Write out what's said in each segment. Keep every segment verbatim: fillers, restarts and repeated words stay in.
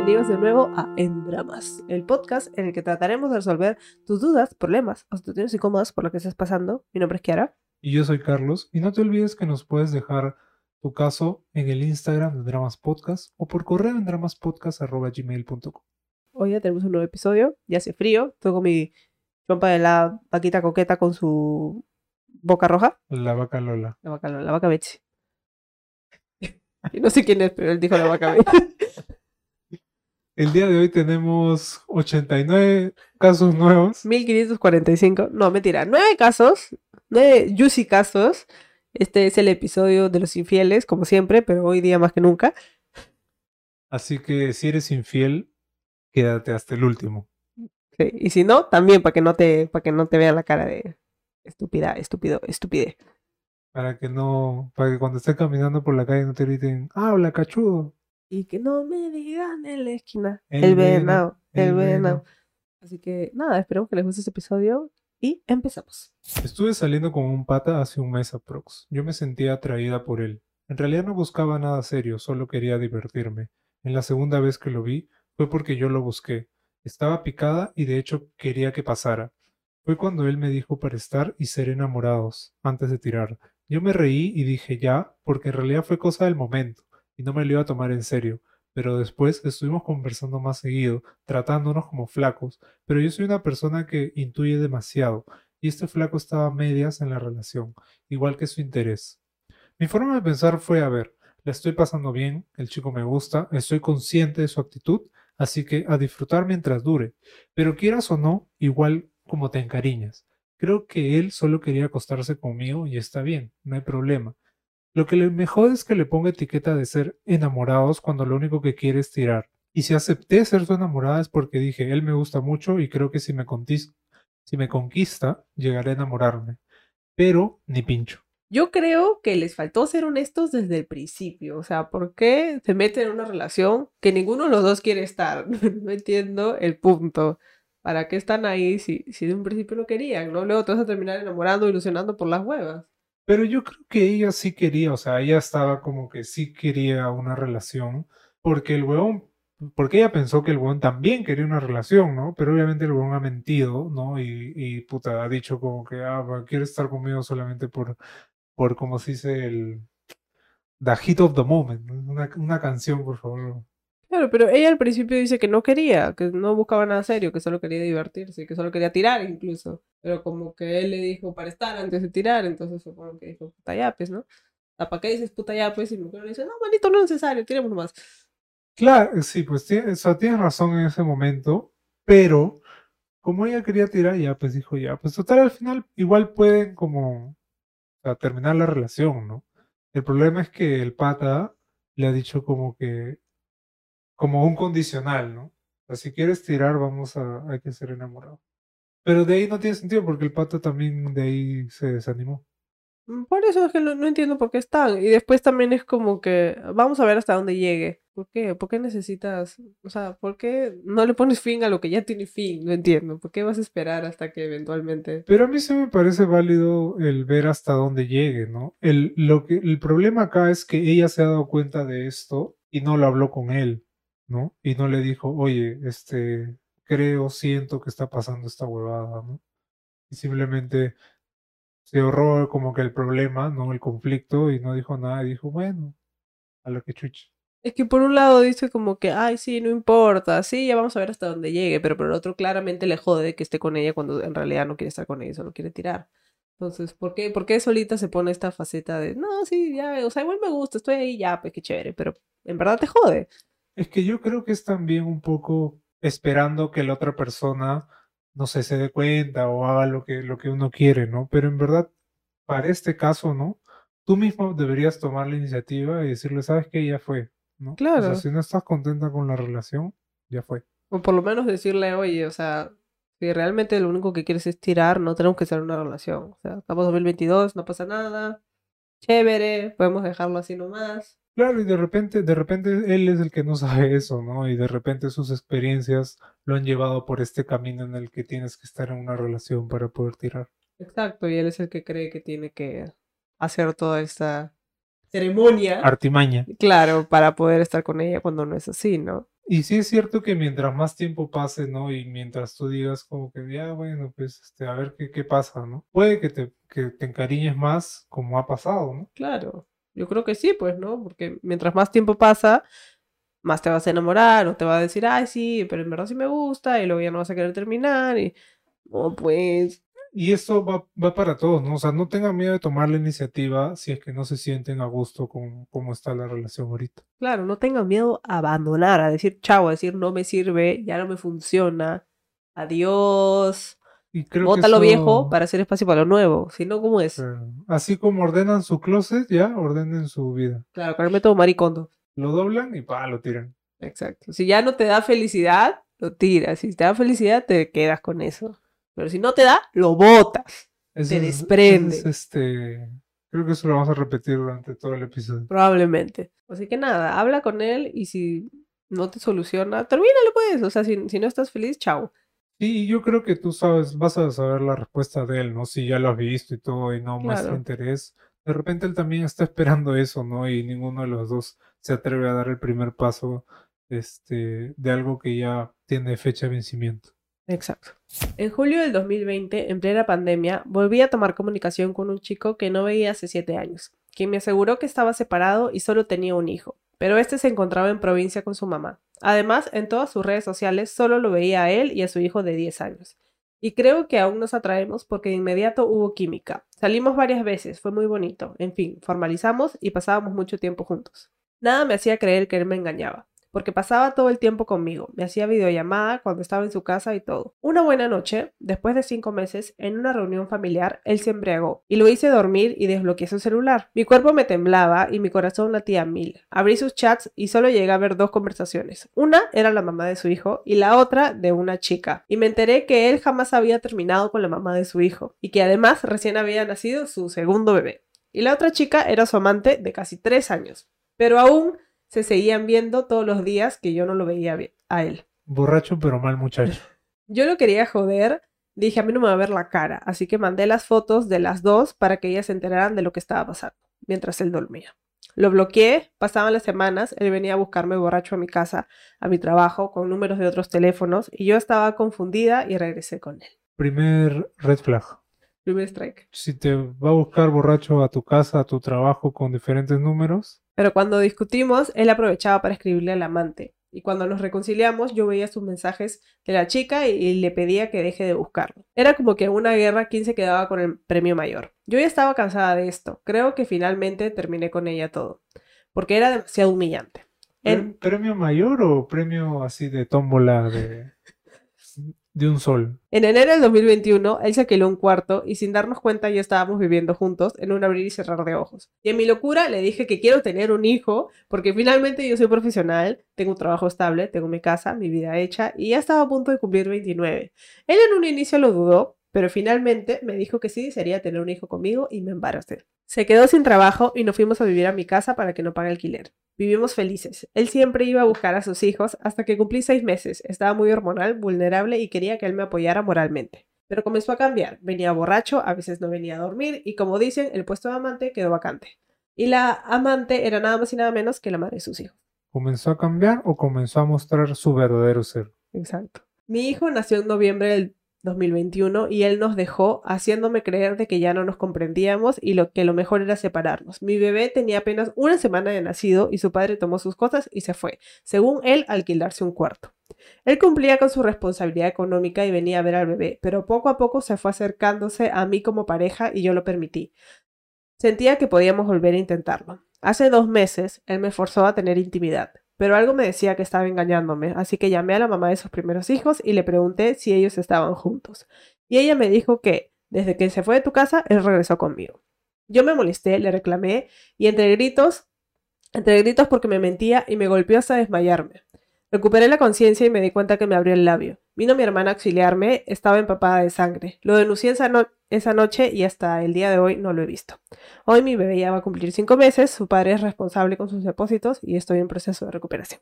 bienvenidos de nuevo a En Dramas, el podcast en el que trataremos de resolver tus dudas, problemas o situaciones incómodas por lo que estés pasando. Mi nombre es Kiara. Y yo soy Carlos, y no te olvides que nos puedes dejar tu caso en el Instagram de Dramas Podcast o por correo en dramaspodcast arroba gmail punto com. Hoy ya tenemos un nuevo episodio, ya hace frío, estoy con mi chompa de la vaquita coqueta con su boca roja. La vaca Lola. La vaca, la vaca Betsy. Y no sé quién es, pero él dijo la vaca Betsy. El día de hoy tenemos ochenta y nueve casos nuevos. mil quinientos cuarenta y cinco, no, mentira, nueve casos, nueve juicy casos. Este es el episodio de los infieles, como siempre, pero hoy día más que nunca. Así que si eres infiel, quédate hasta el último. Sí, y si no, también para que no te, para que no te vean la cara de estúpida, estúpido, estupidez. Para que no, para que cuando estés caminando por la calle no te griten, habla cachudo. Y que no me digan en la esquina. El El venado, venado, el el venado. venado. Así que nada, esperemos que les guste este episodio y empezamos. Estuve saliendo con un pata hace un mes aprox. Yo me sentía atraída por él. En realidad no buscaba nada serio, solo quería divertirme. En la segunda vez que lo vi fue porque yo lo busqué. Estaba picada y de hecho quería que pasara. Fue cuando él me dijo para estar y ser enamorados, antes de tirar. Yo me reí y dije ya, porque en realidad fue cosa del momento, y no me lo iba a tomar en serio. Pero después estuvimos conversando más seguido, tratándonos como flacos, pero yo soy una persona que intuye demasiado y este flaco estaba a medias en la relación, igual que su interés. Mi forma de pensar fue, a ver, la estoy pasando bien, el chico me gusta, estoy consciente de su actitud, así que a disfrutar mientras dure, pero quieras o no, igual como te encariñas. Creo que él solo quería acostarse conmigo y está bien, no hay problema. Lo que le- me jode es que le ponga etiqueta de ser enamorados cuando lo único que quiere es tirar. Y si acepté ser su enamorada es porque dije, él me gusta mucho y creo que si me contis- si me conquista, llegaré a enamorarme. Pero ni pincho. Yo creo que les faltó ser honestos desde el principio. O sea, ¿por qué se meten en una relación que ninguno de los dos quiere estar? No entiendo el punto. ¿Para qué están ahí si, si de un principio no querían, ¿no? Luego te vas a terminar enamorando, ilusionando por las huevas. Pero yo creo que ella sí quería, o sea, ella estaba como que sí quería una relación, porque el huevón, porque ella pensó que el huevón también quería una relación, ¿no? Pero obviamente el huevón ha mentido, ¿no? Y, y puta, ha dicho como que, ah, va, quiere estar conmigo solamente por, por como se dice, el The Heat of the Moment, ¿no? Una, una canción, por favor. Claro, pero ella al principio dice que no quería, que no buscaba nada serio, que solo quería divertirse, que solo quería tirar incluso. Pero como que él le dijo para estar antes de tirar, entonces supongo que dijo puta yapes, ¿no? ¿Para qué dices puta yapes? Y mi mujer le dice, no, manito, no es necesario, tiremos nomás. Claro, sí, pues tiene- o sea, tienes razón en ese momento, pero como ella quería tirar, ya, pues dijo ya, pues total, al final igual pueden como o sea, terminar la relación, ¿no? El problema es que el pata le ha dicho como que, como un condicional, ¿no? O sea, si quieres tirar, vamos a, hay que ser enamorado. Pero de ahí no tiene sentido porque el pata también de ahí se desanimó. Mm, Por eso es que no, no entiendo por qué están. Y después también es como que vamos a ver hasta dónde llegue. ¿Por qué? ¿Por qué necesitas? O sea, ¿por qué no le pones fin a lo que ya tiene fin? No entiendo. ¿Por qué vas a esperar hasta que eventualmente... Pero a mí sí me parece válido el ver hasta dónde llegue, ¿no? El, lo que, el problema acá es que ella se ha dado cuenta de esto y no lo habló con él, ¿no? Y no le dijo, oye, este, creo, siento que está pasando esta huevada, ¿no? Y simplemente se ahorró como que el problema, ¿no? El conflicto y no dijo nada y dijo, bueno, a lo que chuche. Es que por un lado dice como que, ay, sí, no importa, sí, ya vamos a ver hasta dónde llegue, pero por el otro claramente le jode que esté con ella cuando en realidad no quiere estar con ella, solo quiere tirar. Entonces, ¿por qué, por qué solita se pone esta faceta de, no, sí, ya, o sea, igual me gusta, estoy ahí, ya, pues qué chévere, pero en verdad te jode? Es que yo creo que es también un poco esperando que la otra persona, no sé, se dé cuenta o haga lo que, lo que uno quiere, ¿no? Pero en verdad, para este caso, ¿no? Tú mismo deberías tomar la iniciativa y decirle, ¿sabes qué? Ya fue, ¿no? O sea, Claro. si no estás contenta con la relación, ya fue. O por lo menos decirle, oye, o sea, si realmente lo único que quieres es tirar, no tenemos que estar en una relación. O sea, estamos en dos mil veintidós, no pasa nada, chévere, podemos dejarlo así nomás. Claro, y de repente, de repente él es el que no sabe eso, ¿no? Y de repente sus experiencias lo han llevado por este camino en el que tienes que estar en una relación para poder tirar. Exacto, y él es el que cree que tiene que hacer toda esta ceremonia, Artimaña. claro, para poder estar con ella cuando no es así, ¿no? Y sí es cierto que mientras más tiempo pase, ¿no? Y mientras tú digas como que, ya, bueno, pues, este, a ver qué, qué pasa, ¿no? Puede que te, que te encariñes más como ha pasado, ¿no? Claro, yo creo que sí, pues, ¿no? Porque mientras más tiempo pasa, más te vas a enamorar o te va a decir, ay, sí, pero en verdad sí me gusta y luego ya no vas a querer terminar y, oh, pues, Y esto va, va para todos, ¿no? O sea, no tengan miedo de tomar la iniciativa si es que no se sienten a gusto con cómo está la relación ahorita. claro, no tengan miedo a abandonar, a decir chao, a decir no me sirve, ya no me funciona, adiós, Y creo que bota lo viejo eso, para hacer espacio para lo nuevo, si no, ¿cómo es? eh, así como ordenan su closet, ya ordenen su vida. Claro, con el método maricondo. Lo doblan y pa, lo tiran. Exacto. Si ya no te da felicidad, lo tiras. Si te da felicidad, te quedas con eso. Pero si no te da, lo botas. Ese Te es, ese es desprende. este. Creo que eso lo vamos a repetir durante todo el episodio. Probablemente. Así que nada, habla con él y si no te soluciona, termínalo pues. O sea, si, si no estás feliz, chao. Y yo creo que tú sabes, vas a saber la respuesta de él, ¿no? Si ya lo has visto y todo y no muestra Claro. interés. De repente él también está esperando eso, ¿no? Y ninguno de los dos se atreve a dar el primer paso, este, de algo que ya tiene fecha de vencimiento. Exacto. En julio del dos mil veinte, en plena pandemia, volví a tomar comunicación con un chico que no veía hace siete años, quien me aseguró que estaba separado y solo tenía un hijo, pero este se encontraba en provincia con su mamá. Además, en todas sus redes sociales solo lo veía a él y a su hijo de diez años. Y creo que aún nos atraemos porque de inmediato hubo química. Salimos varias veces, fue muy bonito. En fin, formalizamos y pasábamos mucho tiempo juntos. Nada me hacía creer que él me engañaba porque pasaba todo el tiempo conmigo, me hacía videollamada cuando estaba en su casa y todo. Una buena noche, después de cinco meses, en una reunión familiar, él se embriagó y lo hice dormir y desbloqueé su celular. Mi cuerpo me temblaba y mi corazón latía a mil. Abrí sus chats y solo llegué a ver dos conversaciones. Una era la mamá de su hijo y la otra de una chica. Y me enteré que él jamás había terminado con la mamá de su hijo y que además recién había nacido su segundo bebé. Y la otra chica era su amante de casi tres años. Pero aún se seguían viendo todos los días que yo no lo veía a él. Borracho pero mal muchacho. Yo lo quería joder, dije a mí no me va a ver la cara, así que mandé las fotos de las dos para que ellas se enteraran de lo que estaba pasando, mientras él dormía. Lo bloqueé, pasaban las semanas, él venía a buscarme borracho a mi casa, a mi trabajo, con números de otros teléfonos, y yo estaba confundida y regresé con él. Primer red flag. Primer strike. Si te va a buscar borracho a tu casa, a tu trabajo con diferentes números. Pero cuando discutimos, él aprovechaba para escribirle al amante. Y cuando nos reconciliamos, yo veía sus mensajes de la chica y, y le pedía que deje de buscarlo. Era como que una guerra quién se quedaba con el premio mayor. Yo ya estaba cansada de esto. Creo que finalmente terminé con ella todo. Porque era demasiado humillante. En, ¿Premio mayor o premio así de tómbola de, de un sol? En enero del dos mil veintiuno, él se alquiló un cuarto y sin darnos cuenta ya estábamos viviendo juntos en un abrir y cerrar de ojos. Y en mi locura le dije que quiero tener un hijo porque finalmente yo soy profesional, tengo un trabajo estable, tengo mi casa, mi vida hecha y ya estaba a punto de cumplir veintinueve. Él en un inicio lo dudó, pero finalmente me dijo que sí desearía tener un hijo conmigo y me embaracé. Se quedó sin trabajo y nos fuimos a vivir a mi casa para que no pague alquiler. Vivimos felices. Él siempre iba a buscar a sus hijos hasta que cumplí seis meses. Estaba muy hormonal, vulnerable y quería que él me apoyara moralmente. Pero comenzó a cambiar. Venía borracho, a veces no venía a dormir y como dicen, el puesto de amante quedó vacante. Y la amante era nada más y nada menos que la madre de sus hijos. ¿Comenzó a cambiar o comenzó a mostrar su verdadero ser? Exacto. Mi hijo nació en noviembre del dos mil veintiuno y él nos dejó haciéndome creer de que ya no nos comprendíamos y lo que lo mejor era separarnos. Mi bebé tenía apenas una semana de nacido y su padre tomó sus cosas y se fue, según él, a alquilarse un cuarto. Él cumplía con su responsabilidad económica y venía a ver al bebé, pero poco a poco se fue acercándose a mí como pareja y yo lo permití. Sentía que podíamos volver a intentarlo. Hace dos meses, él me forzó a tener intimidad, pero algo me decía que estaba engañándome, así que llamé a la mamá de sus primeros hijos y le pregunté si ellos estaban juntos. Y ella me dijo que, desde que se fue de tu casa, él regresó conmigo. Yo me molesté, le reclamé, y entre gritos, entre gritos porque me mentía y me golpeó hasta desmayarme. Recuperé la conciencia y me di cuenta que me abrió el labio. Vino mi hermana a auxiliarme, estaba empapada de sangre. Lo denuncié esa, no esa noche y hasta el día de hoy no lo he visto. Hoy mi bebé ya va a cumplir cinco meses, su padre es responsable con sus depósitos y estoy en proceso de recuperación.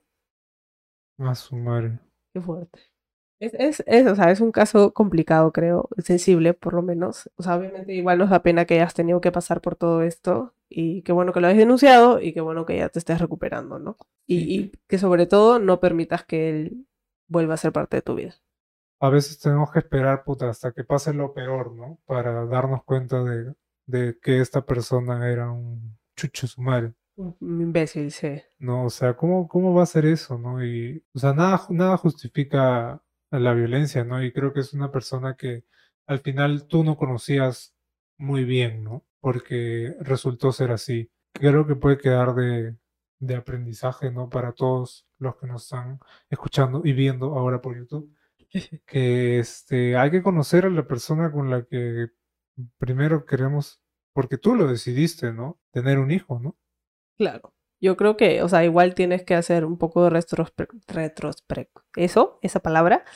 A su madre. Qué fuerte. Es, es, es, o sea, es un caso complicado, creo, sensible por lo menos. O sea, obviamente igual nos da pena que hayas tenido que pasar por todo esto y qué bueno que lo hayas denunciado y qué bueno que ya te estés recuperando, ¿no? Y, Sí. y que sobre todo no permitas que él vuelva a ser parte de tu vida. A veces tenemos que esperar, puta, hasta que pase lo peor, ¿no? Para darnos cuenta de, de que esta persona era un chucho su madre, Un un imbécil, sí. ¿no? O sea, ¿cómo, cómo va a ser eso, ¿no? Y, o sea, nada, ju- nada justifica la violencia, ¿no? Y creo que es una persona que al final tú no conocías muy bien, ¿no? Porque resultó ser así. Creo que puede quedar de, de aprendizaje, ¿no? Para todos los que nos están escuchando y viendo ahora por YouTube que este, hay que conocer a la persona con la que primero queremos, porque tú lo decidiste, ¿no? Tener un hijo, ¿no? Claro. Yo creo que, o sea, igual tienes que hacer un poco de retrospec retrospec eso, esa palabra,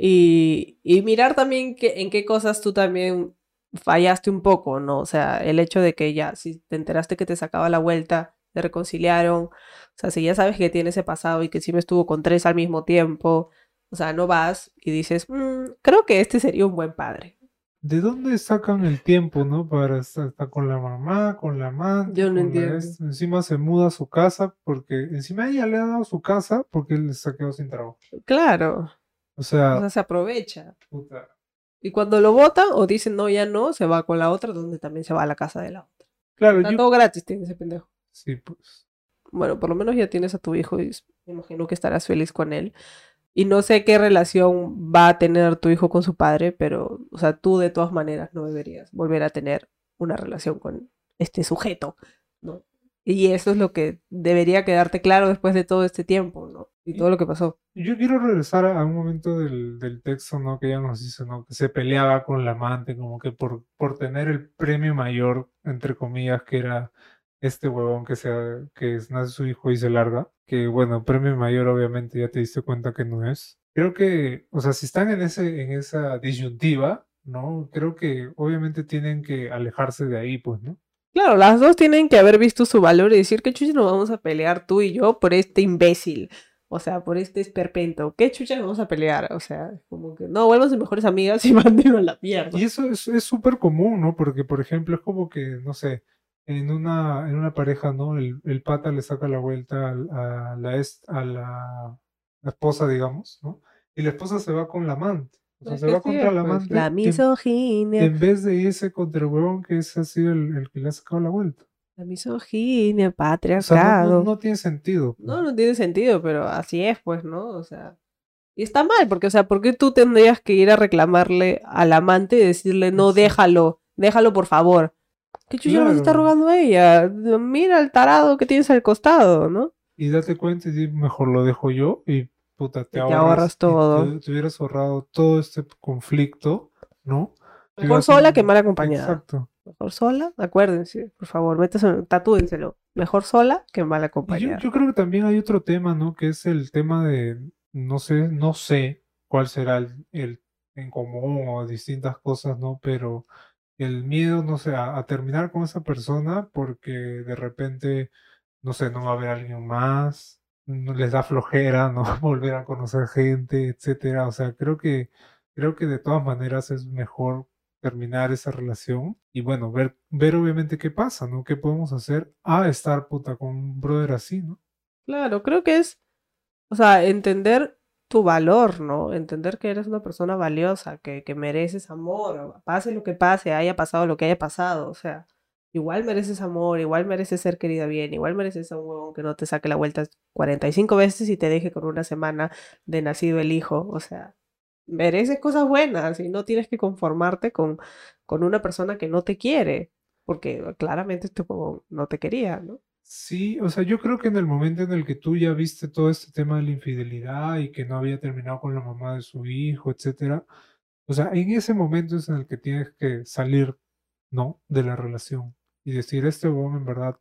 y, y mirar también que, en qué cosas tú también fallaste un poco, ¿no? O sea, el hecho de que ya, si te enteraste que te sacaba la vuelta, te reconciliaron, o sea, si ya sabes que tiene ese pasado y que sí me estuvo con tres al mismo tiempo, o sea, no vas y dices, "Mm, creo que este sería un buen padre". ¿De dónde sacan el tiempo, no? Para estar, estar con la mamá, con la amante, Yo no con la entiendo. esta, encima se muda a su casa, porque encima ella le ha dado su casa porque él se quedó sin trabajo. Claro, O o sea, sea, se aprovecha. puta. Y cuando lo votan o dicen no, ya no, se va con la otra, donde también se va a la casa de la otra. Claro, Está yo, todo gratis, tiene ese pendejo. sí, pues. Bueno, por lo menos ya tienes a tu hijo y me imagino que estarás feliz con él. Y no sé qué relación va a tener tu hijo con su padre, pero, o sea, tú de todas maneras no deberías volver a tener una relación con este sujeto, ¿no? Y eso es lo que debería quedarte claro después de todo este tiempo, ¿no? Y todo lo que pasó. Yo quiero regresar a a un momento del, del texto, ¿no? Que ella nos dice, ¿no? Que se peleaba con la amante, como que por, por tener el premio mayor, entre comillas, que era este huevón que se, que es, nace su hijo y se larga. Que bueno, premio mayor obviamente ya te diste cuenta que no es. Creo que, o sea, si están en ese, en esa disyuntiva, ¿no? Creo que obviamente tienen que alejarse de ahí, pues, ¿no? Claro, las dos tienen que haber visto su valor y decir, ¿qué chucha nos vamos a pelear tú y yo por este imbécil? O sea, por este esperpento. ¿Qué chucha nos vamos a pelear? O sea, como que no, vuelvan sus mejores amigas y mándenlo a la Y mierda. eso es es súper común, ¿no? Porque, por ejemplo, es como que, no sé, en una, en una pareja, ¿no? El, el pata le saca la vuelta al- a, la, est- a la, la esposa, digamos, ¿no? Y la esposa se va con la amante. O sea, Es se que va sí contra es, la pues, la amante en, misoginia. en vez de irse contra el huevón que ese ha sido el, el que le ha sacado la vuelta. La misoginia, O sea, no, no, patriarcado. no tiene sentido, pues. No, no tiene sentido, pero así es, pues, ¿no? O sea, y está mal, porque, o sea, ¿por qué tú tendrías que ir a reclamarle al amante y decirle, no, Exacto. déjalo, déjalo por favor? ¿Qué chucha nos está Claro. rogando a ella? Mira el tarado que tienes al costado, ¿no? Y date cuenta y di, mejor lo dejo yo y puta, te Y te ahorras ahorras y todo. te, te hubieras ahorrado todo este conflicto, ¿no? Te Mejor ibas sola que sin... mal acompañada. Exacto. Mejor sola, acuérdense, por favor, métese, tatúenselo. Mejor sola que mal Y yo, acompañada. yo creo que también hay otro tema, ¿no? Que es el tema de, no sé, no sé cuál será el, el en común o distintas cosas, ¿no? Pero el miedo, no sé, a, a terminar con esa persona porque de repente, no sé, no va a haber alguien más, no les da flojera, no volver a conocer gente, etcétera. O sea, creo que, creo que de todas maneras es mejor terminar esa relación y bueno, ver, ver obviamente qué pasa, ¿no? ¿Qué podemos hacer a estar puta con un brother así, ¿no? Claro, creo que es, o sea, entender tu valor, ¿no? Entender que eres una persona valiosa, que, que mereces amor, pase lo que pase, haya pasado lo que haya pasado, o sea, igual mereces amor, igual mereces ser querida bien, igual mereces a un huevón que no te saque la vuelta cuarenta y cinco veces y te deje con una semana de nacido el hijo, o sea, mereces cosas buenas y no tienes que conformarte con, con una persona que no te quiere, porque claramente este huevón no te quería, ¿no? Sí, o sea, yo creo que en el momento en el que tú ya viste todo este tema de la infidelidad y que no había terminado con la mamá de su hijo, etcétera, o sea, en ese momento es en el que tienes que salir, ¿no? De la relación y decir, este huevón en verdad.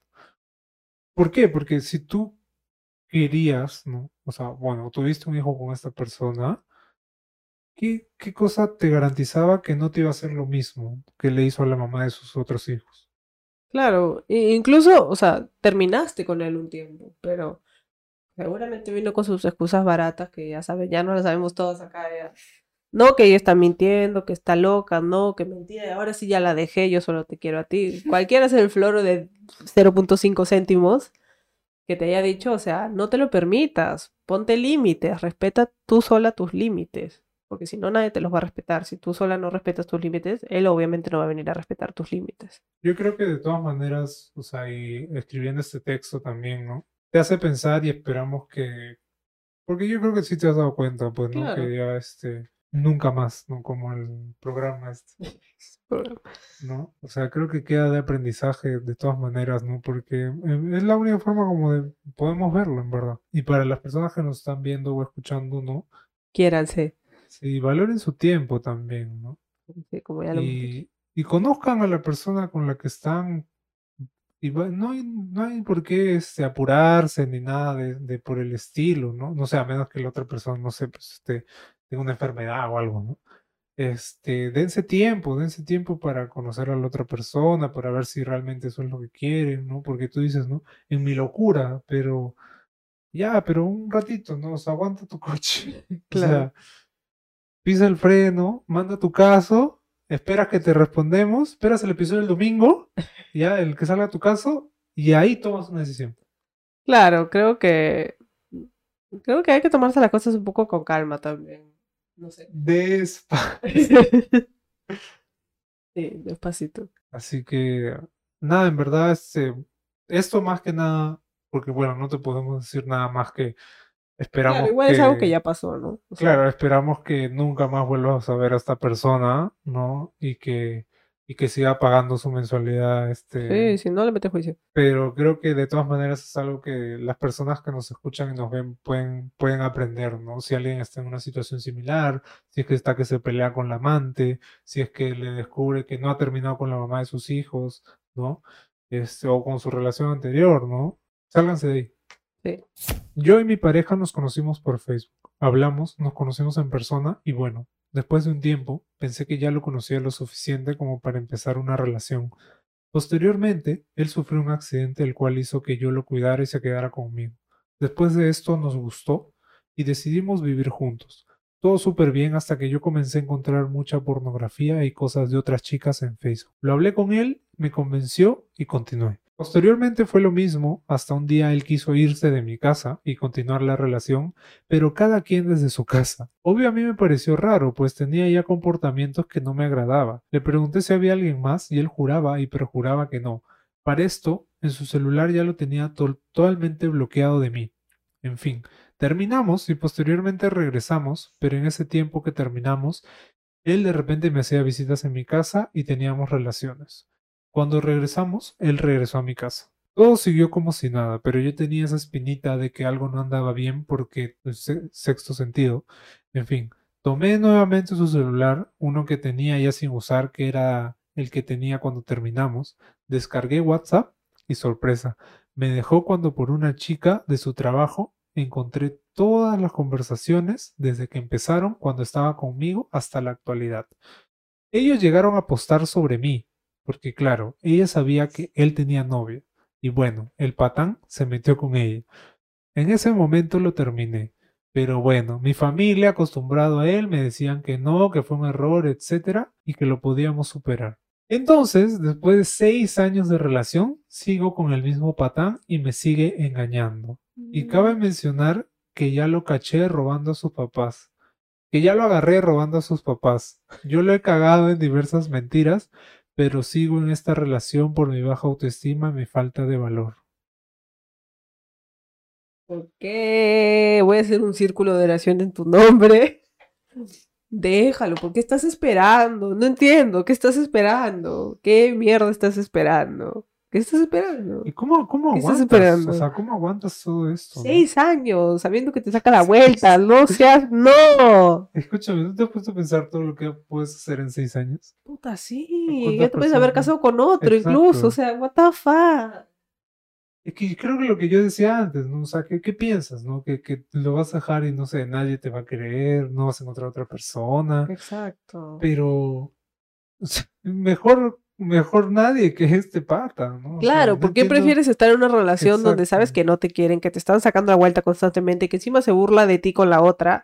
¿Por qué? Porque si tú querías, ¿no? O sea, bueno, tuviste un hijo con esta persona, ¿qué, qué cosa te garantizaba que no te iba a hacer lo mismo que le hizo a la mamá de sus otros hijos? Claro, e- incluso, o sea, terminaste con él un tiempo, pero seguramente vino con sus excusas baratas que ya sabes, ya no las sabemos todas acá. Ya. No que ella está mintiendo, que está loca, no, que mentira, ahora sí ya la dejé, yo solo te quiero a ti. Cualquiera es el floro de cero punto cinco céntimos que te haya dicho, o sea, no te lo permitas, ponte límites, respeta tú sola tus límites, porque si no nadie te los va a respetar. Si tú sola no respetas tus límites, él obviamente no va a venir a respetar tus límites. Yo creo que de todas maneras, o sea, y escribiendo este texto también, ¿no? Te hace pensar y esperamos que, porque yo creo que sí te has dado cuenta, pues, ¿no? Claro. Que ya este, nunca más, ¿no? Como el programa este, ¿no? O sea, creo que queda de aprendizaje de todas maneras, ¿no? Porque eh, es la única forma como de podemos verlo, en verdad. Y para las personas que nos están viendo o escuchando, ¿no? Quiéranse, Sí, valoren su tiempo también, ¿no? sí, como ya lo hemos dicho. Y, y conozcan a la persona con la que están. Y va- no hay, no hay por qué este, apurarse ni nada de, de por el estilo, ¿no? No sé, a menos que la otra persona, no sé, pues este, tenga una enfermedad o algo, ¿no? Este, dense tiempo, dense tiempo para conocer a la otra persona, para ver si realmente eso es lo que quieren, ¿no? Porque tú dices, ¿no? En mi locura, pero ya, pero un ratito, ¿no? O sea, aguanta tu coche. O Claro. sea, pisa el freno, manda tu caso, esperas que te respondemos, esperas el episodio del domingo, ya, el que salga tu caso, y ahí tomas una decisión. Claro, creo que creo que hay que tomarse las cosas un poco con calma también. No sé. Despa. Sí, despacito. Así que, nada, en verdad, este, esto más que nada, porque bueno, no te podemos decir nada más que Claro, esperamos igual es algo que que, ya pasó, ¿no? O sea, claro, esperamos que nunca más vuelvas a ver a esta persona, ¿no? Y que, y que siga pagando su mensualidad, sí, este, si no le metes juicio. pero creo que de todas maneras es algo que las personas que nos escuchan y nos ven pueden, pueden aprender, ¿no? Si alguien está en una situación similar, si es que está que se pelea con la amante, si es que le descubre que no ha terminado con la mamá de sus hijos, ¿no? Este, o con su relación anterior, ¿no? Sálganse de ahí. Sí. Yo y mi pareja nos conocimos por Facebook. Hablamos, nos conocimos en persona y bueno, después de un tiempo pensé que ya lo conocía lo suficiente como para empezar una relación. Posteriormente, él sufrió un accidente el cual hizo que yo lo cuidara y se quedara conmigo. Después de esto nos gustó y decidimos vivir juntos. Todo súper bien hasta que yo comencé a encontrar mucha pornografía y cosas de otras chicas en Facebook. Lo hablé con él, me convenció y continué. Posteriormente fue lo mismo, hasta un día él quiso irse de mi casa y continuar la relación, pero cada quien desde su casa. Obvio a mí me pareció raro, pues tenía ya comportamientos que no me agradaba. Le pregunté si había alguien más y él juraba y perjuraba que no. Para esto, en su celular ya lo tenía to- totalmente bloqueado de mí. En fin, terminamos y posteriormente regresamos, pero en ese tiempo que terminamos, él de repente me hacía visitas en mi casa y teníamos relaciones. Cuando regresamos, él regresó a mi casa. Todo siguió como si nada, pero yo tenía esa espinita de que algo no andaba bien porque el se- sexto sentido. En fin, tomé nuevamente su celular, uno que tenía ya sin usar, que era el que tenía cuando terminamos, descargué WhatsApp y sorpresa, me dejó cuando por una chica de su trabajo encontré todas las conversaciones desde que empezaron cuando estaba conmigo hasta la actualidad. Ellos llegaron a apostar sobre mí, porque claro, ella sabía que él tenía novia. Y bueno, el patán se metió con ella. En ese momento lo terminé. Pero bueno, mi familia, acostumbrado a él, me decían que no, que fue un error, etcétera, y que lo podíamos superar. Entonces, después de seis años de relación, sigo con el mismo patán y me sigue engañando. Y cabe Mm. mencionar que ya lo caché robando a sus papás, que ya lo agarré robando a sus papás. Yo lo he cagado en diversas mentiras, pero sigo en esta relación por mi baja autoestima y mi falta de valor. ¿Por qué voy a hacer un círculo de oración en tu nombre? Déjalo, ¿por qué estás esperando? No entiendo, ¿qué estás esperando? ¿Qué mierda estás esperando? ¿Qué estás ¿Y esperando? cómo, cómo ¿Qué estás aguantas? O esperando? sea, ¿cómo aguantas todo esto, no? Seis años, sabiendo que te saca la vuelta, no seas, no. Escúchame, ¿no te has puesto a pensar todo lo que puedes hacer en seis años? Puta, ¿Con sí, ya cuántas te puedes haber personas? casado con otro incluso, o Exacto. sea, what the fuck. Es que creo que lo que yo decía antes, ¿no? O sea, ¿qué, qué piensas, no? Que, que lo vas a dejar y no sé, nadie te va a querer, no vas a encontrar otra persona, Exacto. pero o sea, mejor, mejor nadie que este pata, ¿no? O sea, Claro, no ¿por qué entiendo. prefieres estar en una relación donde sabes Exacto. que no te quieren, que te están sacando la vuelta constantemente, que encima se burla de ti con la otra?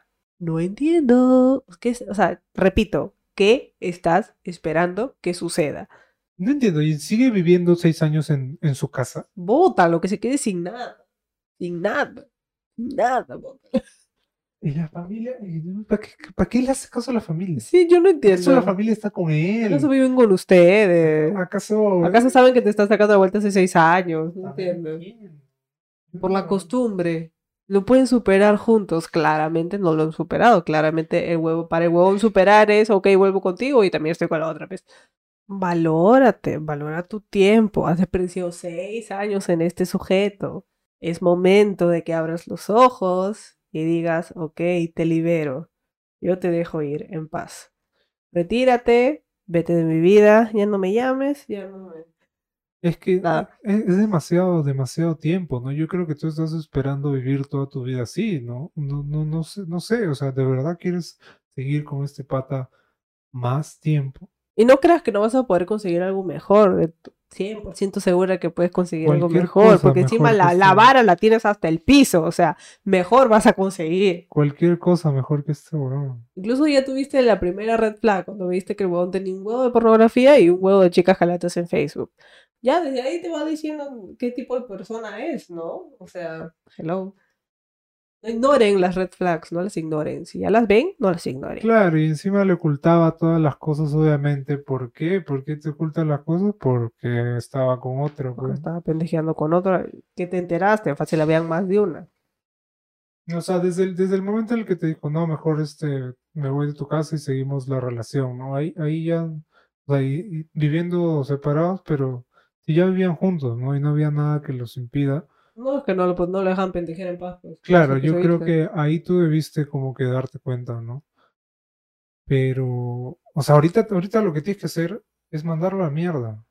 no entiendo. ¿Qué es? O sea, repito, ¿qué estás esperando que suceda? No entiendo, y sigue viviendo seis años en, en su casa. Bótalo, que se quede sin nada. Sin nada. Sin nada, bótalo. Y la familia, ¿para qué, para qué le hace caso a la familia? Sí, yo no ¿Acaso la entiendo. familia está con ¿Acaso él? viven con ustedes? ¿Acaso? ¿Acaso saben que te estás sacando de vuelta hace seis años? No A ver, entiendo. ¿quién? Yo Por la no- costumbre. Lo pueden superar juntos. Claramente no lo han superado. Claramente el huevo, para el huevo superar es, ok, vuelvo contigo y también estoy con la otra vez. Valórate, valora tu tiempo. Has desperdiciado seis años en este sujeto. Es momento de que abras los ojos y digas, ok, te libero. Yo te dejo ir en paz. Retírate, vete de mi vida, ya no me llames, ya no me... Es que Nada. es, es demasiado, demasiado tiempo, ¿no? Yo creo que tú estás esperando vivir toda tu vida así, ¿no? No, no, no sé, no sé, o sea, ¿de verdad quieres seguir con este pata más tiempo? Y no creas que no vas a poder conseguir algo mejor. De tu- cien por ciento segura que puedes conseguir algo Cualquier mejor. cosa Porque encima mejor que la, la este, vara la tienes hasta el piso. O sea, mejor vas a conseguir. cualquier cosa mejor que este, weón. Incluso ya tuviste la primera red flag cuando viste que el huevón tenía un huevo de pornografía y un huevo de chicas jalatas en Facebook. Ya desde ahí te va diciendo qué tipo de persona es, ¿no? O sea, hello. No ignoren las red flags, no las ignoren. Si ya las ven, no las ignoren. Claro, y encima le ocultaba todas las cosas, obviamente. ¿Por qué? ¿Por qué te oculta las cosas? Porque estaba con otro, Porque pues. estaba pendejeando con otra. ¿Qué te enteraste? Fácil, habían más de una. O sea, desde el, desde el momento en el que te dijo, no, mejor este, me voy de tu casa y seguimos la relación, ¿no? Ahí, ahí ya, o sea, y- y viviendo separados, pero si ya vivían juntos, ¿no? Y no había nada que los impida. No, es que no, lo- pues, no lo dejan pendejear en paz, pues. Por eso Claro, hay que yo creo seguirse. que ahí tú debiste como que darte cuenta, ¿no? Pero, o sea, ahorita, ahorita lo que tienes que hacer es mandarlo a la mierda.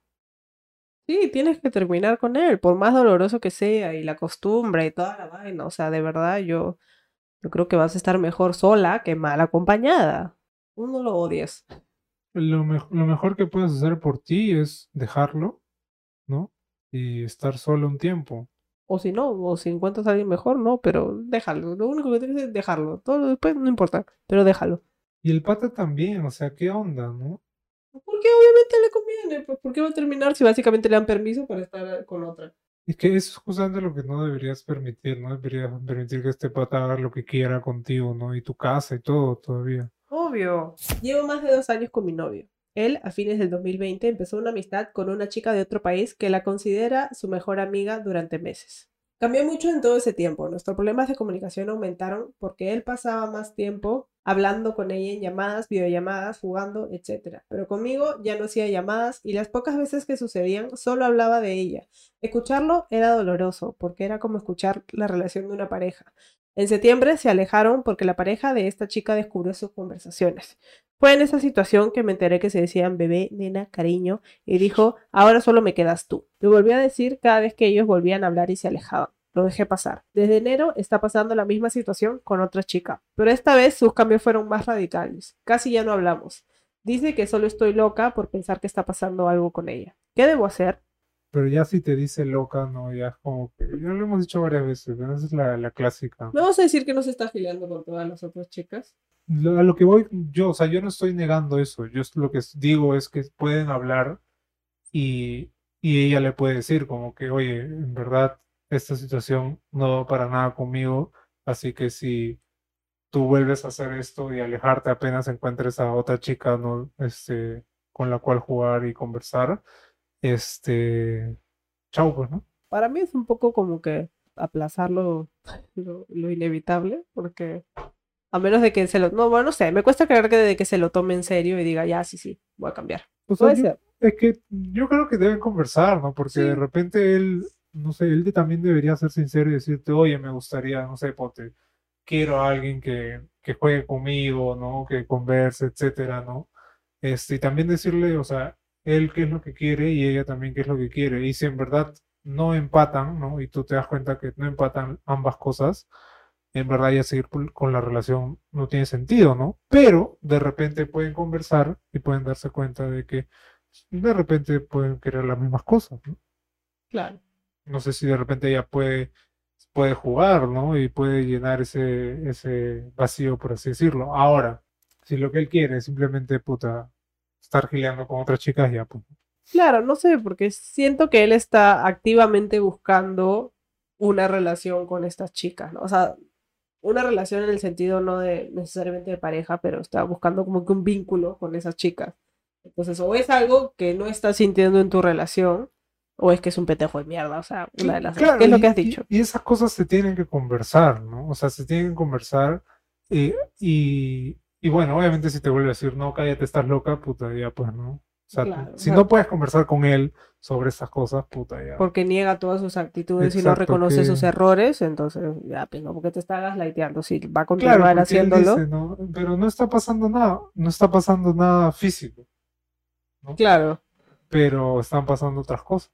Sí, tienes que terminar con él, por más doloroso que sea, y la costumbre y toda la vaina. O sea, de verdad, yo, yo creo que vas a estar mejor sola que mal acompañada. Uno lo odias. Lo, mej- lo mejor que puedes hacer por ti es dejarlo, ¿no? Y estar solo un tiempo. O si no, o si encuentras a alguien mejor, no, pero déjalo. Lo único que tienes es dejarlo. Todo lo después no importa, pero déjalo. Y el pata también, o sea, ¿qué onda, no? Porque obviamente le conviene, pues ¿por qué va a terminar si básicamente le dan permiso para estar con otra? Es que eso es justamente lo que no deberías permitir, no deberías permitir que este pata haga lo que quiera contigo, ¿no? Y tu casa y todo todavía. Obvio. Llevo más de dos años con mi novio. Él, a fines del dos mil veinte, empezó una amistad con una chica de otro país que la considera su mejor amiga durante meses. Cambió mucho en todo ese tiempo. Nuestros problemas de comunicación aumentaron porque él pasaba más tiempo hablando con ella en llamadas, videollamadas, jugando, etcétera. Pero conmigo ya no hacía llamadas y las pocas veces que sucedían solo hablaba de ella. Escucharlo era doloroso porque era como escuchar la relación de una pareja. En septiembre se alejaron porque la pareja de esta chica descubrió sus conversaciones. Fue en esa situación que me enteré que se decían bebé, nena, cariño, y dijo, ahora solo me quedas tú. Lo volvió a decir cada vez que ellos volvían a hablar y se alejaban. Lo dejé pasar. Desde enero está pasando la misma situación con otra chica, pero esta vez sus cambios fueron más radicales. Casi ya no hablamos. Dice que solo estoy loca por pensar que está pasando algo con ella. ¿Qué debo hacer? Pero ya si te dice loca, no, ya es como que, ya lo hemos dicho varias veces, ¿no? Esa es la, la clásica. ¿Me vas a decir que no se está afiliando con todas las otras chicas? Lo- a lo que voy yo, o sea, yo no estoy negando eso, yo es- lo que s- digo es que pueden hablar y, y ella le puede decir como que, oye, en verdad, esta situación no va para nada conmigo, así que si tú vuelves a hacer esto y alejarte apenas encuentres a otra chica, ¿no? Este, con la cual jugar y conversar, este, chau, pues, ¿no? Para mí es un poco como que aplazar lo, lo, lo inevitable, porque a menos de que se lo... No, bueno, no sé, me cuesta creer que de que se lo tome en serio y diga, ya, sí, sí, voy a cambiar. O sea, Puede yo, ser. es que yo creo que deben conversar, ¿no? Porque de Sí, repente él, no sé, él de- también debería ser sincero y decirte, oye, me gustaría, no sé, ponte, quiero a alguien que, que juegue conmigo, ¿no? Que converse, etcétera, ¿no? Este, y también decirle, o sea, él qué es lo que quiere y ella también qué es lo que quiere. Y si en verdad no empatan, ¿no? Y tú te das cuenta que no empatan ambas cosas, en verdad ya seguir por- con la relación no tiene sentido, ¿no? Pero de repente pueden conversar y pueden darse cuenta de que de repente pueden querer las mismas cosas, ¿no? claro. No sé si de repente ella puede puede jugar, ¿no? Y puede llenar ese, ese vacío, por así decirlo. Ahora, si lo que él quiere es simplemente, puta, estar gileando con otras chicas, ya, pues. Claro, no sé, porque siento que él está activamente buscando una relación con estas chicas, ¿no? O sea, una relación en el sentido no de necesariamente de pareja, pero está buscando como que un vínculo con esas chicas. Entonces, o es algo que no estás sintiendo en tu relación, o es que es un petejo de mierda, o sea, una Cl- de las dos. ¿Qué Claro, es lo que y, has y- dicho? y esas cosas se tienen que conversar, ¿no? O sea, se tienen que conversar eh, y, y bueno, obviamente si te vuelve a decir, no, cállate, estás loca, puta, ya pues, ¿no? O sea, Claro, o si sea, no puedes conversar con él sobre esas cosas, puta, ya. porque niega todas sus actitudes y no Exacto, reconoce sus que... errores, entonces, ya, pues no, porque te está gaslighteando. Si va a Claro, continuar porque él haciéndolo, dice, ¿no? Pero no está pasando nada, no está pasando nada físico, ¿no? claro, Pero están pasando otras cosas,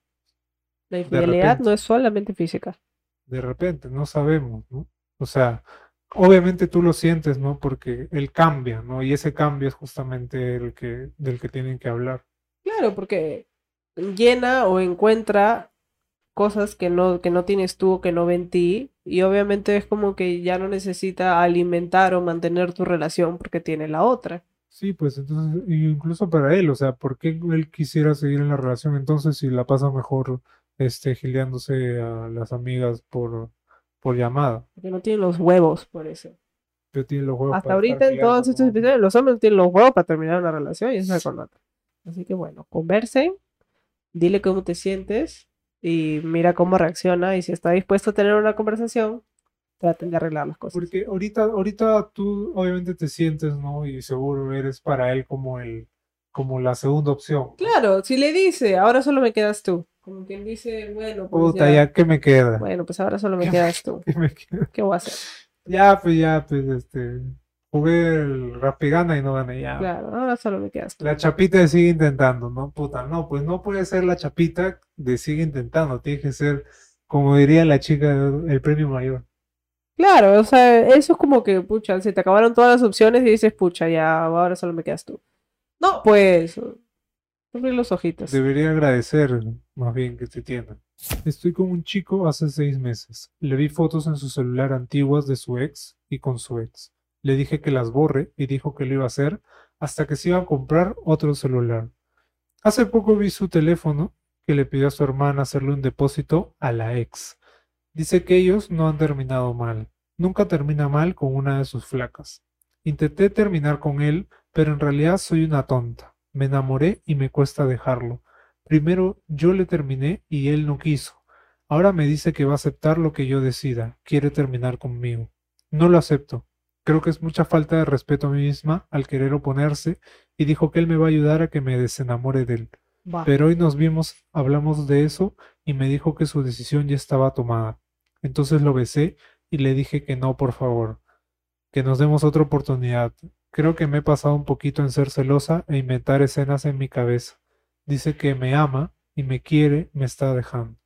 la de infidelidad repente. no es solamente física. De repente, no sabemos, ¿no? O sea, obviamente tú lo sientes, ¿no? Porque él cambia, ¿no? Y ese cambio es justamente el que, del que tienen que hablar. Claro, porque llena o encuentra cosas que no, que no tienes tú o que no ve en ti, y obviamente es como que ya no necesita alimentar o mantener tu relación porque tiene la otra. Sí, pues entonces, y incluso para él, o sea, ¿por qué él quisiera seguir en la relación entonces si la pasa mejor, este, gileándose a las amigas por, por llamada? Porque no tiene los huevos por eso. Pero tiene los juegos Hasta para estar ahorita en todos gileando con estos otro. episodios los hombres no tienen los huevos para terminar una relación y estar con otra. Así que bueno, conversen, dile cómo te sientes y mira cómo reacciona, y si está dispuesto a tener una conversación, traten de arreglar las cosas. Porque ahorita, ahorita tú obviamente te sientes, ¿no? Y seguro eres para él como el, como la segunda opción, ¿no? Claro, si le dice, ahora solo me quedas tú. Como quien dice, bueno, pues Puta, ya, ya, ¿qué me queda? bueno, pues ahora solo me ¿Qué me, quedas tú. qué me queda? ¿Qué voy a hacer? Ya, pues ya, pues este, jugué el Rapigana y no gané ya. Claro, ahora solo me quedas tú. La Chapita sigue intentando, ¿no? Puta, no, pues no puede ser la Chapita de sigue intentando, tiene que ser, como diría la chica, el premio mayor. Claro, o sea, eso es como que, pucha, se te acabaron todas las opciones y dices, pucha, ya, ahora solo me quedas tú. No, pues, abrir los ojitos. Debería agradecer más bien que te tiene. Estoy con un chico hace seis meses. Le vi fotos en su celular antiguas de su ex y con su ex. Le dije que las borre y dijo que lo iba a hacer hasta que se iba a comprar otro celular. Hace poco vi su teléfono que le pidió a su hermana hacerle un depósito a la ex. Dice que ellos no han terminado mal. Nunca termina mal con una de sus flacas. Intenté terminar con él, pero en realidad soy una tonta. Me enamoré y me cuesta dejarlo. Primero yo le terminé y él no quiso. Ahora me dice que va a aceptar lo que yo decida. Quiere terminar conmigo. No lo acepto. Creo que es mucha falta de respeto a mí misma al querer oponerse y dijo que él me va a ayudar a que me desenamore de él. Va. Pero hoy nos vimos, hablamos de eso y me dijo que su decisión ya estaba tomada. Entonces lo besé y le dije que no, por favor, que nos demos otra oportunidad. Creo que me he pasado un poquito en ser celosa e inventar escenas en mi cabeza. Dice que me ama y me quiere, me está dejando.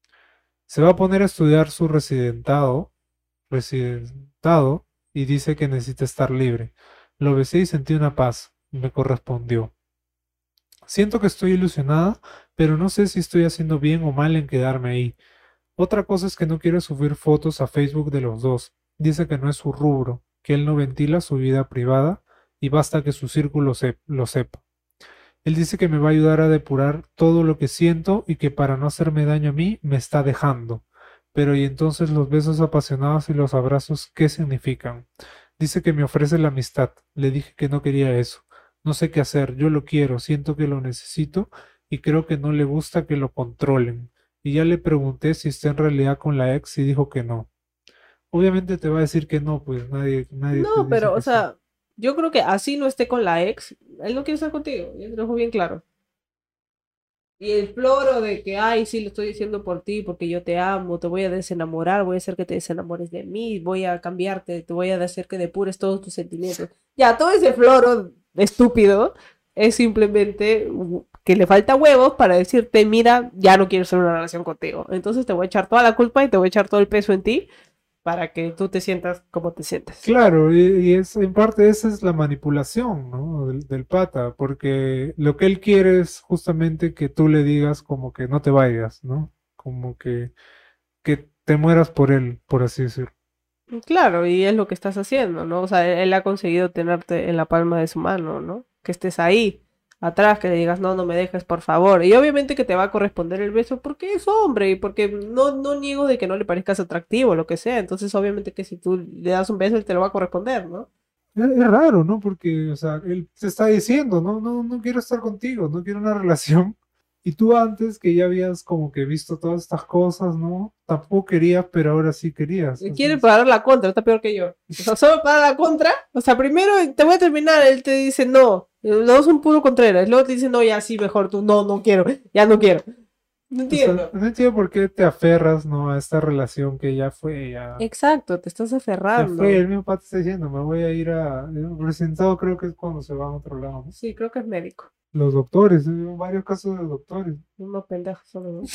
Se va a poner a estudiar su residentado, residentado y dice que necesita estar libre. Lo besé y sentí una paz. Me correspondió. Siento que estoy ilusionada, pero no sé si estoy haciendo bien o mal en quedarme ahí. Otra cosa es que no quiere subir fotos a Facebook de los dos. Dice que no es su rubro, que él no ventila su vida privada y basta que su círculo se lo sepa. Él dice que me va a ayudar a depurar todo lo que siento y que para no hacerme daño a mí me está dejando. Pero ¿y entonces los besos apasionados y los abrazos qué significan? Dice que me ofrece la amistad. Le dije que no quería eso. No sé qué hacer. Yo lo quiero, siento que lo necesito y creo que no le gusta que lo controlen. Y ya le pregunté si está en realidad con la ex y dijo que no. Obviamente te va a decir que no, pues nadie, nadie te No, dice pero, o que sí. sea, yo creo que así no esté con la ex, él no quiere estar contigo, ya te lo dejo bien claro. Y el floro de que, ay, sí, lo estoy diciendo por ti, porque yo te amo, te voy a desenamorar, voy a hacer que te desenamores de mí, voy a cambiarte, te voy a hacer que depures todos tus sentimientos. Ya, todo ese floro estúpido es simplemente que le falta huevos para decirte, mira, ya no quiero hacer una relación contigo. Entonces te voy a echar toda la culpa y te voy a echar todo el peso en ti para que tú te sientas como te sientes. Claro, y, y es en parte esa es la manipulación, ¿no? Del, del pata, porque lo que él quiere es justamente que tú le digas como que no te vayas, ¿no? Como que, que te mueras por él, por así decirlo. Claro, y es lo que estás haciendo, ¿no? O sea, él, él ha conseguido tenerte en la palma de su mano, ¿no? Que estés ahí, atrás, que le digas, no, no me dejes, por favor. Y obviamente que te va a corresponder el beso porque es hombre y porque no, no niego de que no le parezcas atractivo o lo que sea. Entonces, obviamente que si tú le das un beso, él te lo va a corresponder, ¿no? Es, es raro, ¿no? Porque, o sea, él te está diciendo, no, no, no quiero estar contigo, no quiero una relación. Y tú antes que ya habías como que visto todas estas cosas, ¿no? Tampoco querías, pero ahora sí querías. Él quiere Entonces, pagar la contra, está peor que yo. O sea, solo para la contra. O sea, primero te voy a terminar, él te dice no. Los dos son puro contreras. Luego te dice no, ya sí, mejor tú, no, no quiero, ya no quiero. No o sea, entiendo. no entiendo por qué te aferras, ¿no? A esta relación que ya fue, ya, Exacto, te estás ya fue. aferrando. El mismo pato está diciendo, me voy a ir a... Presentado creo que es cuando se va a otro lado, ¿no? Sí, creo que es médico. Los doctores, eh, varios casos de doctores. Unos pendejos solo, ¿no?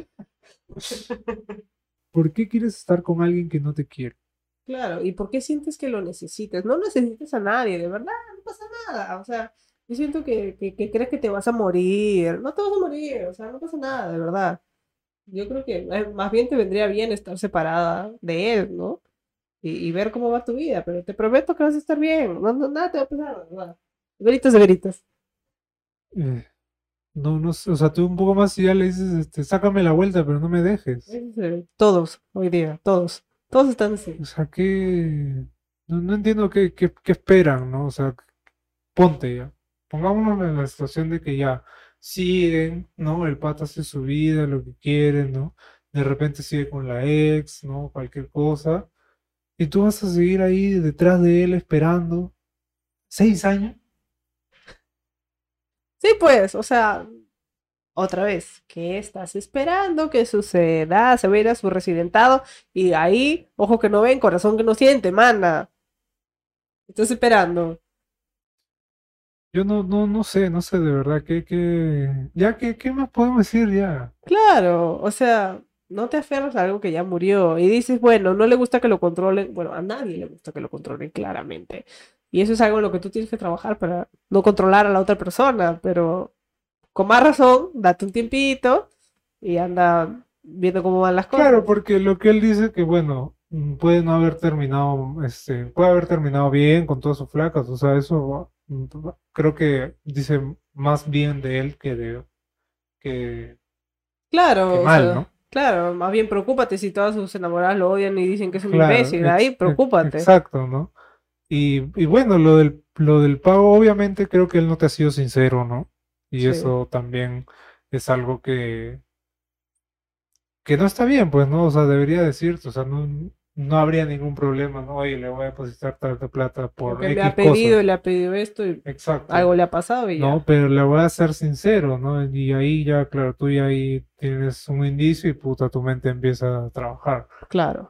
¿Por qué quieres estar con alguien que no te quiere? Claro, ¿y por qué sientes que lo necesitas? No necesitas a nadie, de verdad, no pasa nada. O sea, yo siento que, que, que crees que te vas a morir. No te vas a morir, o sea, no pasa nada, de verdad. Yo creo que eh, más bien te vendría bien estar separada de él, ¿no? Y, y ver cómo va tu vida, pero te prometo que vas a estar bien. No, no, nada te va a pasar, de verdad. Veritas de veritas. Eh, no, no sé, o sea, tú un poco más y ya le dices, este, sácame la vuelta, pero no me dejes. Ese es el- Todos, hoy día, todos. Todos están así. O sea, que no, no entiendo qué, qué, qué esperan, ¿no? O sea, ponte ya. Pongámonos en la situación de que ya siguen, ¿no? El pata hace su vida, lo que quiere, ¿no? De repente sigue con la ex, ¿no? Cualquier cosa. Y tú vas a seguir ahí detrás de él esperando. ¿Seis años? Sí, pues, o sea, otra vez, ¿qué estás esperando que suceda? Se va a ir a su residentado y ahí, ojo que no ven, corazón que no siente, mana. Estás esperando. Yo no, no, no sé, no sé de verdad qué, qué, ya qué, qué más podemos decir ya. Claro, o sea, no te aferras a algo que ya murió y dices, bueno, no le gusta que lo controlen. Bueno, a nadie le gusta que lo controlen claramente. Y eso es algo en lo que tú tienes que trabajar para no controlar a la otra persona, pero con más razón, date un tiempito y anda viendo cómo van las Claro, cosas. porque lo que él dice que bueno, mm, puede no haber terminado, este, puede haber terminado bien con todas sus flacas, o sea, eso mm, creo que dice más bien de él que de que, que Claro, o mal, sea, ¿no? claro, más bien preocúpate si todas sus enamoradas lo odian y dicen que es un Claro, imbécil, ahí ex- ex- preocúpate. exacto, ¿no? Y, y bueno, lo del, lo del pago, obviamente creo que él no te ha sido sincero, ¿no? Y Sí, eso también es algo que, que no está bien, pues, ¿no? O sea, debería decirte, o sea, no, no habría ningún problema, ¿no? Oye, le voy a depositar tanta plata por porque me ha X pedido y cosas. le ha pedido esto y Exacto. algo le ha pasado y No, ya, pero le voy a ser sincero, ¿no? Y ahí ya, claro, tú ya ahí tienes un indicio y puta, tu mente empieza a trabajar. claro.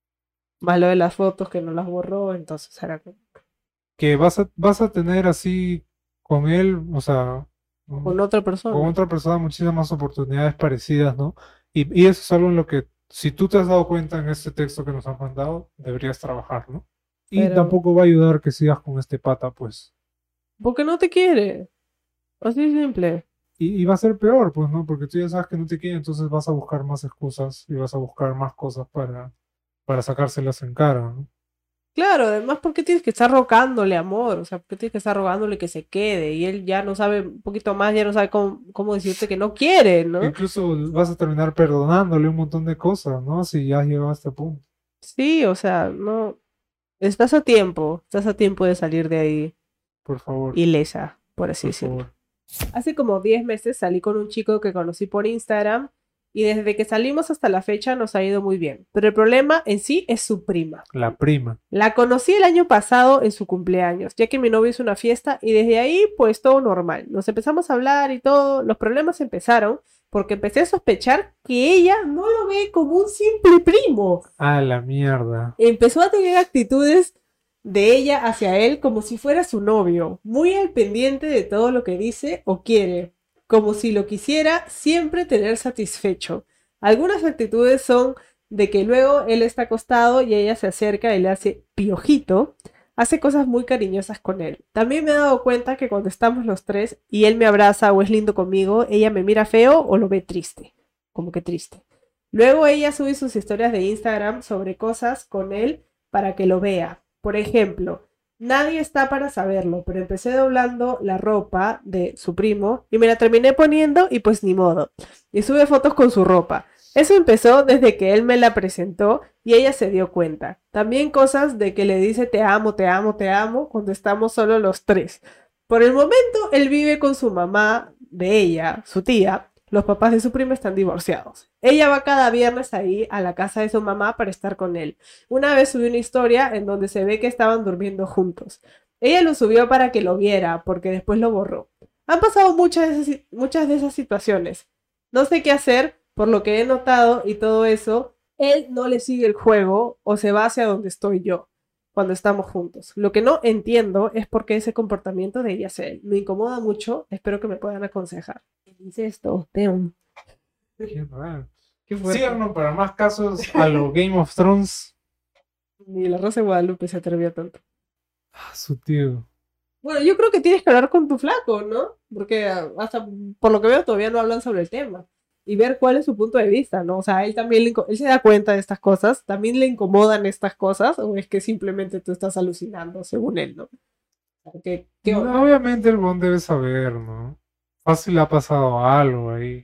Más lo de las fotos que no las borró, entonces era como Que vas a, vas a tener así con él, o sea, mm, con otra con persona. otra persona muchísimas oportunidades parecidas, ¿no? Y, y eso es algo en lo que, si tú te has dado cuenta en este texto que nos han mandado, deberías trabajar, ¿no? Y Pero, tampoco va a ayudar que sigas con este pata, pues. porque no te quiere. Así de simple. Y, y va a ser peor, pues, ¿no? Porque tú ya sabes que no te quiere, entonces vas a buscar más excusas y vas a buscar más cosas para, para sacárselas en cara, ¿no? Claro, además, ¿por qué tienes que estar rogándole amor? O sea, ¿por qué tienes que estar rogándole que se quede? Y él ya no sabe un poquito más, ya no sabe cómo, cómo decirte que no quiere, ¿no? Incluso vas a terminar perdonándole un montón de cosas, ¿no? Si ya has llegado a este punto, Sí, o sea, no. Estás a tiempo, estás a tiempo de salir de ahí por favor, ilesa, por así por decirlo. favor. Hace como diez meses salí con un chico que conocí por Instagram y desde que salimos hasta la fecha nos ha ido muy bien. Pero el problema en sí es su prima. La prima. La conocí el año pasado en su cumpleaños, ya que mi novio hizo una fiesta y desde ahí pues todo normal. Nos empezamos a hablar y todo. Los problemas empezaron porque empecé a sospechar que ella no lo ve como un simple primo. Ah, la mierda. Empezó a tener actitudes de ella hacia él como si fuera su novio, muy al pendiente de todo lo que dice o quiere, como si lo quisiera siempre tener satisfecho. Algunas actitudes son de que luego él está acostado y ella se acerca y le hace piojito, hace cosas muy cariñosas con él. También me he dado cuenta que cuando estamos los tres y él me abraza o es lindo conmigo, ella me mira feo o lo ve triste, como que triste. Luego ella sube sus historias de Instagram sobre cosas con él para que lo vea. Por ejemplo, nadie está para saberlo, pero empecé doblando la ropa de su primo y me la terminé poniendo y pues ni modo. Y sube fotos con su ropa. Eso empezó desde que él me la presentó y ella se dio cuenta. También cosas de que le dice te amo, te amo, te amo cuando estamos solo los tres. Por el momento, él vive con su mamá de ella, su tía. Los papás de su prima están divorciados. Ella va cada viernes ahí a la casa de su mamá para estar con él. Una vez subió una historia en donde se ve que estaban durmiendo juntos. Ella lo subió para que lo viera, porque después lo borró. Han pasado muchas de esas, muchas de esas situaciones. No sé qué hacer, por lo que he notado y todo eso, él no le sigue el juego o se va hacia donde estoy yo cuando estamos juntos. Lo que no entiendo es por qué ese comportamiento de ella es él. Me incomoda mucho, espero que me puedan aconsejar. ¿Qué dice esto? Damn. Qué raro. Qué fuerte. Síganos para más casos a lo Game of Thrones. Ni la Rosa de Guadalupe se atrevía tanto. Ah, su tío. Bueno, yo creo que tienes que hablar con tu flaco, ¿no? Porque ah, hasta por lo que veo todavía no hablan sobre el tema. Y ver cuál es su punto de vista, ¿no? O sea, él también le inco- él se da cuenta de estas cosas, también le incomodan estas cosas, o es que simplemente tú estás alucinando, según él, ¿no? ¿Qué, qué onda? No, obviamente el Bond debe saber, ¿no? Fácil le ha pasado algo ahí.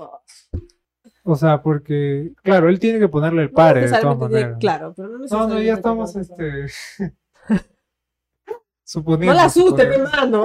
O sea, porque, claro, él tiene que ponerle el No pare de todas necesariamente tiene- maneras. claro, pero no No, no, necesariamente ya tiene que estamos, haber este, pasado. suponiendo. No la asuste, mi suponiendo. hermano.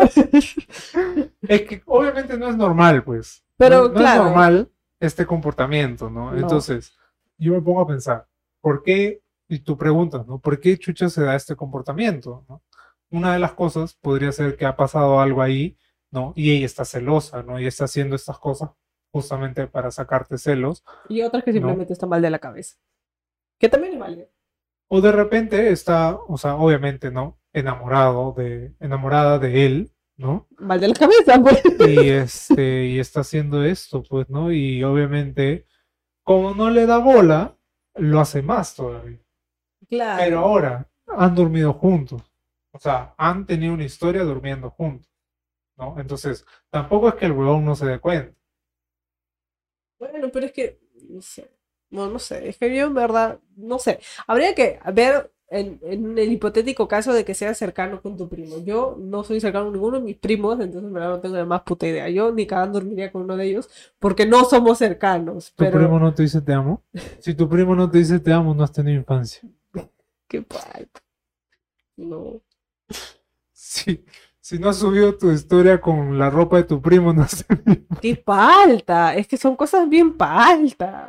Es que obviamente no es normal, pues. Pero, no, no claro. es normal este comportamiento, ¿no? No. Entonces, yo me pongo a pensar, ¿por qué? Y tú preguntas, ¿no? ¿Por qué chucha se da este comportamiento, ¿no? Una de las cosas podría ser que ha pasado algo ahí, ¿no? Y ella está celosa, ¿no? Y está haciendo estas cosas justamente para sacarte celos. Y otras que No. simplemente están mal de la cabeza. Que también es válido. O de repente está, o sea, obviamente, ¿no? Enamorado de, enamorada de él, ¿no? Mal de la cabeza, pues. Y este, y está haciendo esto, pues, ¿no? Y obviamente, como no le da bola, lo hace más todavía. Claro. Pero ahora han dormido juntos. O sea, han tenido una historia durmiendo juntos, ¿no? Entonces, tampoco es que el huevón no se dé cuenta. Bueno, pero es que, no sé. No, no sé. Es que yo en verdad, no sé. Habría que ver en, en el hipotético caso de que seas cercano con tu primo. Yo no soy cercano con ninguno de mis primos, entonces en verdad no tengo la más puta idea. Yo ni cagando dormiría con uno de ellos porque no somos cercanos. ¿Tu Pero primo no te dice te amo? Si tu primo no te dice te amo, no has tenido infancia. qué falta. No. Si, si no has subido tu historia con la ropa de tu primo, no has tenido. Qué falta. Es que son cosas bien paltas.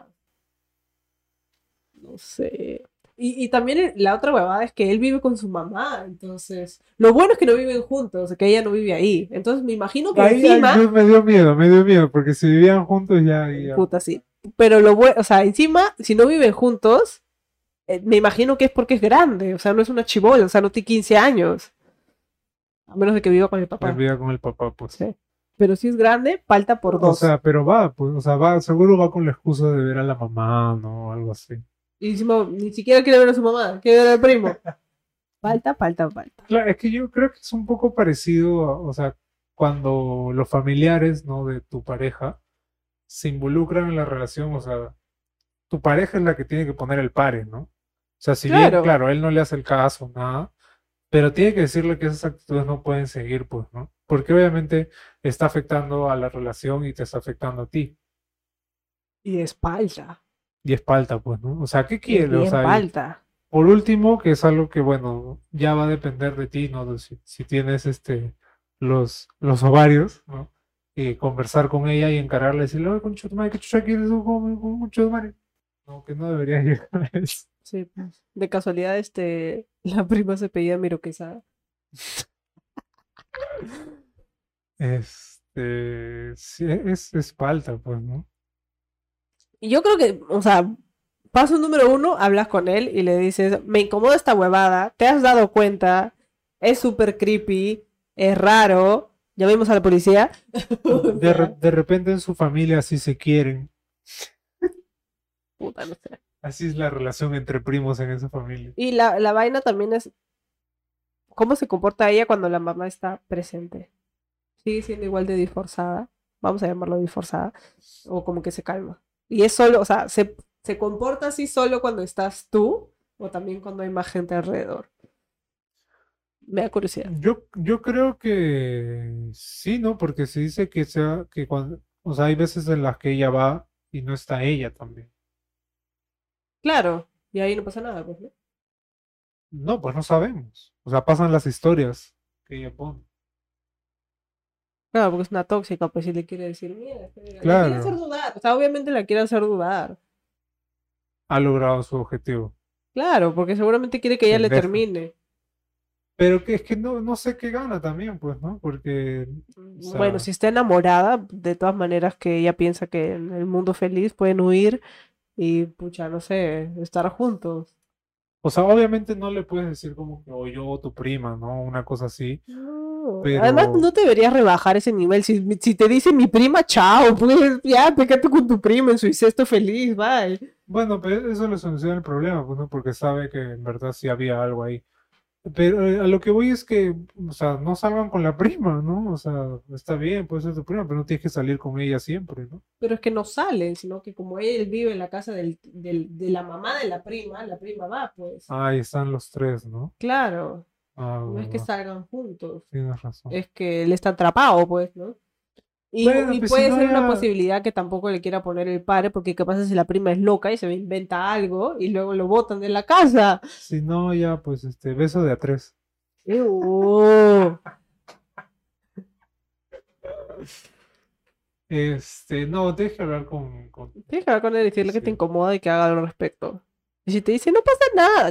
No sé. Y, y también la otra huevada es que él vive con su mamá, entonces... Lo bueno es que no viven juntos, que ella no vive ahí. Entonces me imagino que Ahí, encima... ahí me dio miedo, me dio miedo, porque si vivían juntos ya... ya... Puta, sí. Pero lo bueno, o sea, encima, si no viven juntos, eh, me imagino que es porque es grande, o sea, no es una chibola, o sea, no tiene quince años. A menos de que viva con el papá. Vivía con el papá, pues. Sí. Pero si es grande, falta por dos. O sea, pero va, pues, o sea, va, seguro va con la excusa de ver a la mamá, ¿no? Algo así. Y encima ni siquiera quiere ver a su mamá, quiere ver al primo. Falta, falta, falta. Claro, es que yo creo que es un poco parecido, a- o sea, cuando los familiares, ¿no? De tu pareja se involucran en la relación, o sea, tu pareja es la que tiene que poner el pare, ¿no? O sea, si bien, Claro. claro, él no le hace el caso, nada, pero tiene que decirle que esas actitudes no pueden seguir, pues, ¿no? Porque obviamente está afectando a la relación y te está afectando a ti. Y es falta. Y es falta, pues, ¿no? O sea, ¿qué Es quiere? O bien sea, y falta. por último, que es algo que, bueno, ya va a depender de ti, ¿no? De si, si tienes este los, los ovarios, ¿no? Y conversar con ella y encararle y decirle, oye, concha de tu madre, ¿qué chucha quieres tú con con concha de tu madre? No, que no debería llegar a eso. Sí, pues. De casualidad, este, la prima se pedía Miro Quesada. Este, sí, es, es falta, pues, ¿no? Y yo creo que, o sea, paso número uno, hablas con él y le dices, me incomoda esta huevada, te has dado cuenta, es súper creepy, es raro, llamemos a la policía. De, re- de repente en su familia así se quieren. Puta, no sé. Así es la relación entre primos en esa familia. Y la, la vaina también es cómo se comporta ella cuando la mamá está presente. Sigue siendo igual de disforzada, vamos a llamarlo disforzada, o como que se calma. Y es solo, o sea, se, ¿Se comporta así solo cuando estás tú o también cuando hay más gente alrededor? Me da curiosidad. Yo, yo creo que sí, ¿no? Porque se dice que sea, que cuando, o sea, hay veces en las que ella va y no está ella también. Claro, y ahí no pasa nada, pues, ¿no? No, pues no sabemos. O sea, pasan las historias que ella pone. Claro, porque es una tóxica, pues si le quiere decir, mira, espera, la quiere hacer Claro, dudar, o sea, obviamente la quiere hacer dudar. ha logrado su objetivo. Claro, porque seguramente quiere que ella le Pendeja. termine. Pero que es que no, no sé qué gana también, pues, ¿no? Porque, o Bueno, sea, si está enamorada, de todas maneras que ella piensa que en el mundo feliz pueden huir y, pucha, no sé, estar juntos. o sea, obviamente no le puedes decir como que, o yo o tu prima, ¿no? Una cosa así, No, además pero, no deberías rebajar ese nivel. Si, si te dice mi prima, chao, pues ya, te quedas con tu prima en su incesto feliz, bye. bueno, pero eso le soluciona el problema, pues, ¿no? Porque sabe que en verdad sí había algo ahí. Pero eh, a lo que voy es que, o sea, no salgan con la prima, ¿no? O sea, está bien, puede ser tu prima, pero no tienes que salir con ella siempre, ¿no? Pero es que no salen, sino que como él vive en la casa del, del- de la mamá de la prima, la prima va, pues. Ahí están los tres, ¿no? Claro, Ah, no es que verdad, salgan juntos, tienes razón. es que él está atrapado, pues, ¿no? Y, Bueno, y pues si puede no ser una ya, posibilidad que tampoco le quiera poner el padre, porque qué pasa si la prima es loca y se inventa algo y luego lo botan de la casa. si no ya, pues este, beso de a tres. Uh, Este, no, deje hablar con, con, Tienes que hablar con él y decirle que te sí. incomoda y que haga algo al respecto. Y si te dice, no pasa nada,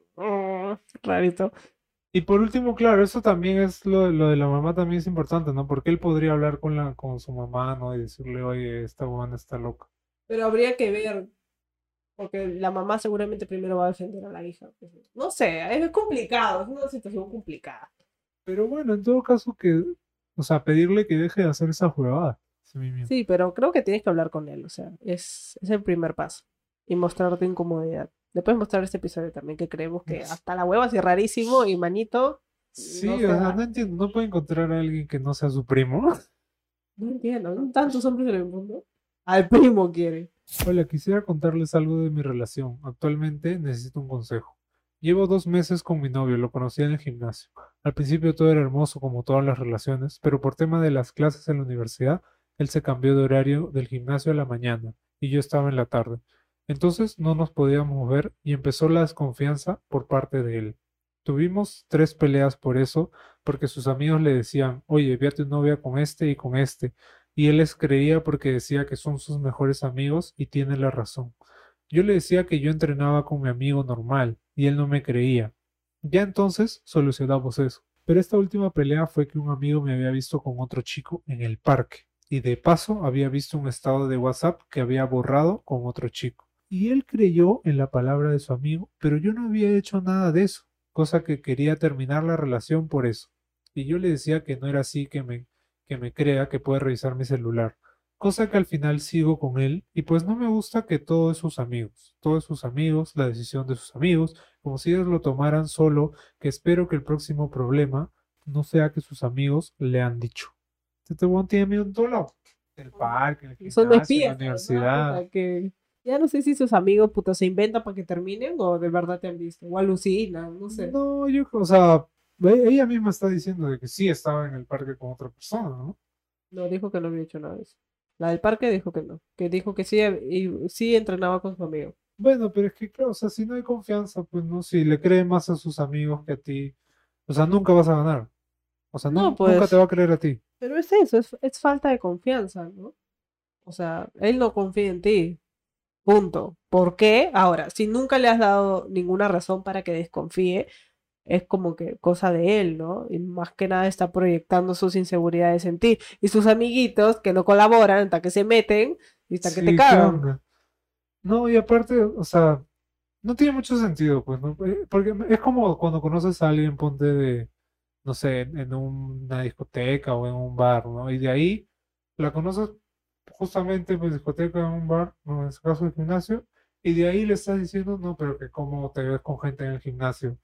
mm, rarito. Y por último, claro, eso también es lo, lo de la mamá también es importante, ¿no? Porque él podría hablar con la, con su mamá, ¿no? Y decirle, oye, esta buena está loca. Pero habría que ver, porque la mamá seguramente primero va a defender a la hija, pues. No sé, es complicado, es una situación complicada. Pero bueno, en todo caso que, o sea, pedirle que deje de hacer esa huevada. Sí, mi mía. Sí, pero creo que tienes que hablar con él, o sea, es, es el primer paso. Y mostrarte incomodidad. Después mostrar este episodio también, que creemos que hasta la hueva así rarísimo y manito, no Sí, se o sea, da. no entiendo, no puede encontrar a alguien que no sea su primo. No entiendo, ¿no? Tantos hombres en el mundo. Al primo quiere. Hola, quisiera contarles algo de mi relación. Actualmente necesito un consejo. Llevo dos meses con mi novio, lo conocí en el gimnasio. Al principio todo era hermoso como todas las relaciones, pero por tema de las clases en la universidad, él se cambió de horario del gimnasio a la mañana y yo estaba en la tarde. Entonces no nos podíamos ver y empezó la desconfianza por parte de él. Tuvimos tres peleas por eso, porque sus amigos le decían, oye, ve a tu novia con este y con este y él les creía porque decía que son sus mejores amigos y tiene la razón. Yo le decía que yo entrenaba con mi amigo normal y él no me creía. Ya entonces solucionamos eso. Pero esta última pelea fue que un amigo me había visto con otro chico en el parque y de paso había visto un estado de WhatsApp que había borrado con otro chico. Y él creyó en la palabra de su amigo, pero yo no había hecho nada de eso, cosa que quería terminar la relación por eso. Y yo le decía que no era así, que me que me crea que puede revisar mi celular. Cosa que al final sigo con él y pues no me gusta que todos sus amigos, todos sus amigos, la decisión de sus amigos, como si ellos lo tomaran solo, que espero que el próximo problema no sea que sus amigos le han dicho. Este weón tiene amigos en todo lado. En el parque, en el Son gimnasio, en la espías, además, universidad. puta, que ya no sé si sus amigos, puta, se inventan para que terminen o de verdad te han visto, o alucinan, no sé. No, yo, o sea, e- ella misma está diciendo de que sí estaba en el parque con otra persona, ¿no? No, dijo que no había hecho nada de eso. La del parque dijo que no, que dijo que sí, y sí entrenaba con su amigo. Bueno, pero es que, claro, o sea, si no hay confianza, pues no, si le cree más a sus amigos que a ti, o sea, nunca vas a ganar. O sea, No, nun- nunca te pues, va a creer a ti. pero es eso, es, es falta de confianza, ¿no? O sea, él no confía en ti, punto. ¿Por qué? Ahora, si nunca le has dado ninguna razón para que desconfíe, es como que cosa de él, ¿no? Y más que nada está proyectando sus inseguridades en ti. Y sus amiguitos que no colaboran, hasta que se meten y hasta que te Sí, ¿qué cagan. onda? No, y aparte, o sea, no tiene mucho sentido, pues, ¿no? Eh, Porque es como cuando conoces a alguien, ponte de, no sé, en, en una discoteca o en un bar, ¿no? Y de ahí la conoces justamente en pues, discoteca, en un bar, ¿no? En este caso el gimnasio, y de ahí le estás diciendo, no, pero que cómo te ves con gente en el gimnasio.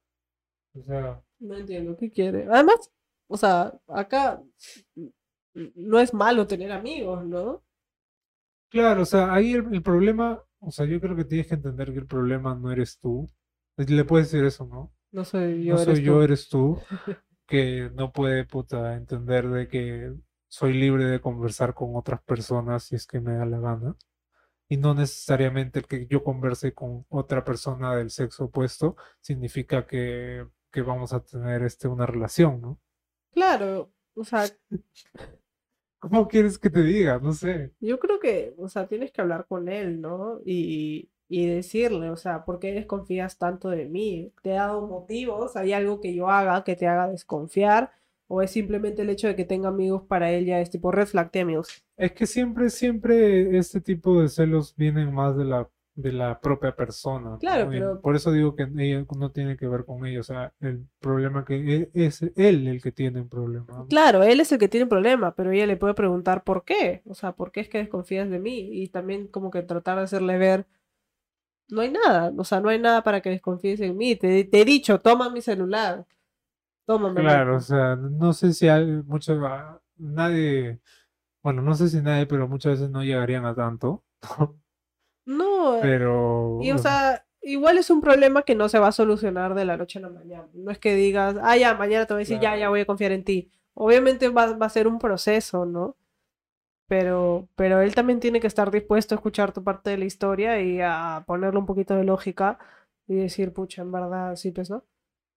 O sea, No entiendo qué quiere. Además, o sea, acá no es malo tener amigos, ¿no? claro, o sea, ahí el, el problema, O sea, yo creo que tienes que entender que el problema no eres tú. Le puedes decir eso, ¿no? No soy No yo, eres soy yo, tú. eres tú, que no puede, puta, entender de que soy libre de conversar con otras personas si es que me da la gana. Y no necesariamente que yo converse con otra persona del sexo opuesto significa que, que vamos a tener este, una relación, ¿no? Claro, o sea, ¿Cómo quieres que te diga? No sé. yo creo que, o sea, tienes que hablar con él, ¿no? Y, y decirle, o sea, ¿por qué desconfías tanto de mí? ¿Te he dado motivos? ¿Hay algo que yo haga que te haga desconfiar? ¿O es simplemente el hecho de que tenga amigos para él ya es tipo red flag de amigos? Es que siempre, siempre este tipo de celos vienen más de la, de la propia persona, Claro, ¿no? Y pero por eso digo que ella no tiene que ver con ella, o sea, el problema que e- es él el que tiene un problema, ¿no? claro, él es el que tiene el problema, pero ella le puede preguntar por qué, o sea, ¿por qué es que desconfías de mí? Y también como que tratar de hacerle ver, no hay nada, o sea, no hay nada para que desconfíes en mí. Te, te he dicho, toma mi celular, tómamelo. Claro, o sea, no sé si hay mucho, ah, nadie, bueno, no sé si nadie, pero muchas veces no llegarían a tanto, No, y o pero sea, igual es un problema que no se va a solucionar de la noche a la mañana. No es que digas, ah, ya, mañana te voy a decir, ya, ya claro, voy a confiar en ti. Obviamente va, va a ser un proceso, ¿no? Pero, pero él también tiene que estar dispuesto a escuchar tu parte de la historia y a ponerle un poquito de lógica y decir, pucha, en verdad, sí, pues, ¿no?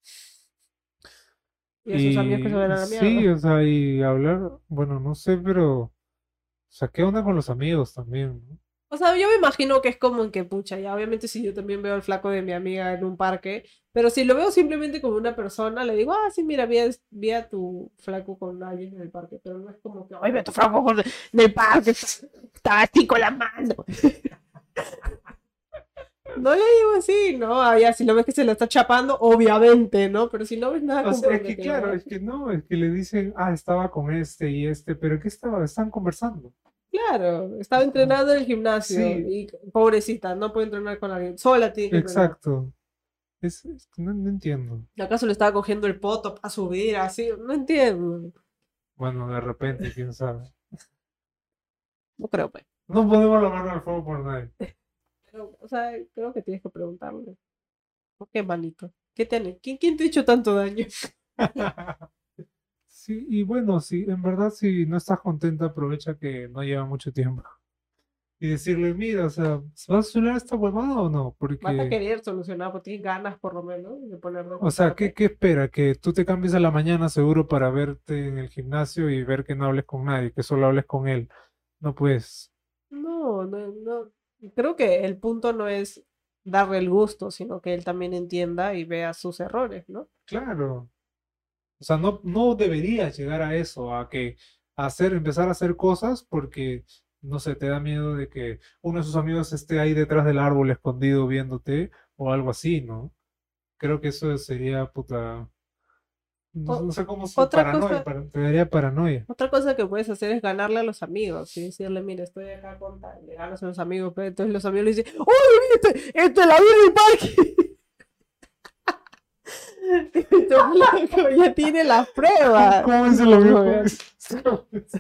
Y a sus amigos que se y vayan a la sí, mierda. o sea, y hablar, bueno, no sé, pero, o sea, ¿qué onda con los amigos también, ¿no? O sea, yo me imagino que es como en que, pucha, ya obviamente si yo también veo al flaco de mi amiga en un parque, pero si lo veo simplemente como una persona, le digo, ah, sí, mira, vi a, vi a tu flaco con alguien en el parque, pero no es como que, ay, ve a tu flaco con- en el parque, estaba así con la mano. No le digo así, ¿no? Ah, ya, si lo ves que se la está chapando, obviamente, ¿no? Pero si no ves nada O sea, es que claro, comprometedor, es que no, es que le dicen, ah, estaba con este y este, pero ¿qué estaba? Están conversando. claro, estaba O sea, entrenando en el gimnasio sí, y pobrecita, no puede entrenar con alguien, sola tiene que entrenar. exacto. Es, es que no, no entiendo. ¿Acaso le estaba cogiendo el poto para subir así? No entiendo. Bueno, de repente, quién sabe. No creo, pues. No podemos la mano al fuego por nadie. Pero, o sea, creo que tienes que preguntarle. ¿Por qué, manito? ¿Qué tiene? ¿Quién, quién te ha hecho tanto daño? Sí, y bueno, sí, en verdad, si no estás contenta, aprovecha que no lleva mucho tiempo. Y decirle, mira, o sea, ¿vas a solucionar esta huevada o no? Vas a Porque, querer solucionar, porque tienes ganas, por lo menos, de poner de o tu sea, ¿qué, parte. qué espera? Que tú te cambies a la mañana seguro para verte en el gimnasio y ver que no hables con nadie, que solo hables con él. No, pues, No, no, no. Creo que el punto no es darle el gusto, sino que él también entienda y vea sus errores, ¿no? claro. O sea, no, no deberías llegar a eso, a que hacer, empezar a hacer cosas porque, no sé, te da miedo de que uno de sus amigos esté ahí detrás del árbol escondido viéndote o algo así, ¿no? Creo que eso sería puta, no, O- no sé cómo se, otra paranoia, cosa, para- te daría paranoia. otra cosa que puedes hacer es ganarle a los amigos y decirle, mira, estoy acá con tal, le ganas a los amigos, pero entonces los amigos le dicen, ¡Oye, este, este la vi en el parque! Y tu flaco ya tiene las ¿Cómo, pruebas. cómo es el amigo? ¿Cómo es? ¿Cómo es?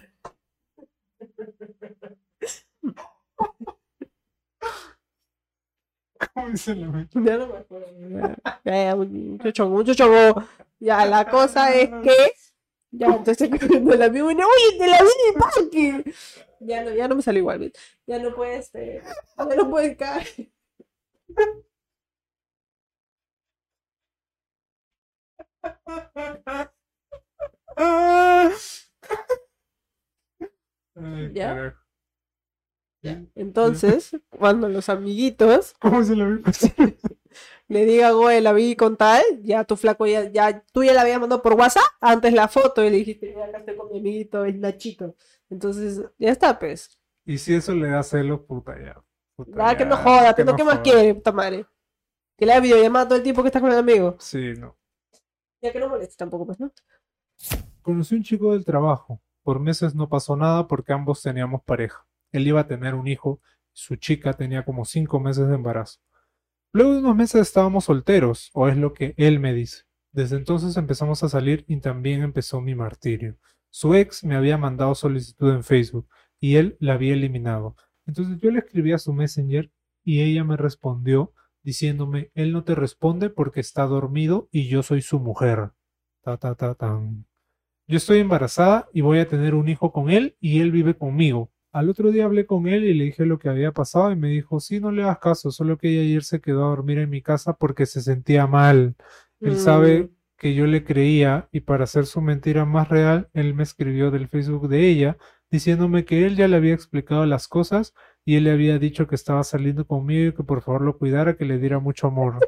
¿Cómo es el amigo? Ya no me acuerdo. Ya, ya, mucho chongo, mucho chongo. Ya, la cosa es que. Ya, entonces cuando el amigo viene, oye, te la vi en el parque. Ya no, ya no me salió igual, ¿ves? Ya no puedes, eh, ya no puedes caer. Ay, ¿Ya? carajo. Ya. Ya. Entonces, cuando los amiguitos ¿Cómo es el amigo? le digan, oye, la vi con tal, ya tu flaco ya, ya, tú ya la habías mandado por WhatsApp antes la foto y le dijiste, ya acá estoy con mi amiguito, el Nachito. Entonces, ya está, pues. Y si eso le da celos, puta ya. Puta Ah, que no ya. joda, Que ¿no? no ¿Qué más jodas. quiere, puta madre? Que le haga videollamada todo el tiempo que estás con el amigo. Sí, no. Ya que no moleste tampoco, pues, ¿no? Conocí un chico del trabajo. Por meses no pasó nada porque ambos teníamos pareja. Él iba a tener un hijo, su chica tenía como cinco meses de embarazo. Luego de unos meses estábamos solteros, o es lo que él me dice. Desde entonces empezamos a salir y también empezó mi martirio. Su ex me había mandado solicitud en Facebook y él la había eliminado. Entonces yo le escribí a su Messenger y ella me respondió diciéndome, él no te responde porque está dormido y yo soy su mujer. Ta, ta, ta, tan. Yo estoy embarazada y voy a tener un hijo con él y él vive conmigo. Al otro día hablé con él y le dije lo que había pasado y me dijo, sí, no le hagas caso, solo que ella ayer se quedó a dormir en mi casa porque se sentía mal. Él Mm, sabe que yo le creía y para hacer su mentira más real, él me escribió del Facebook de ella diciéndome que él ya le había explicado las cosas y él le había dicho que estaba saliendo conmigo y que por favor lo cuidara, que le diera mucho amor.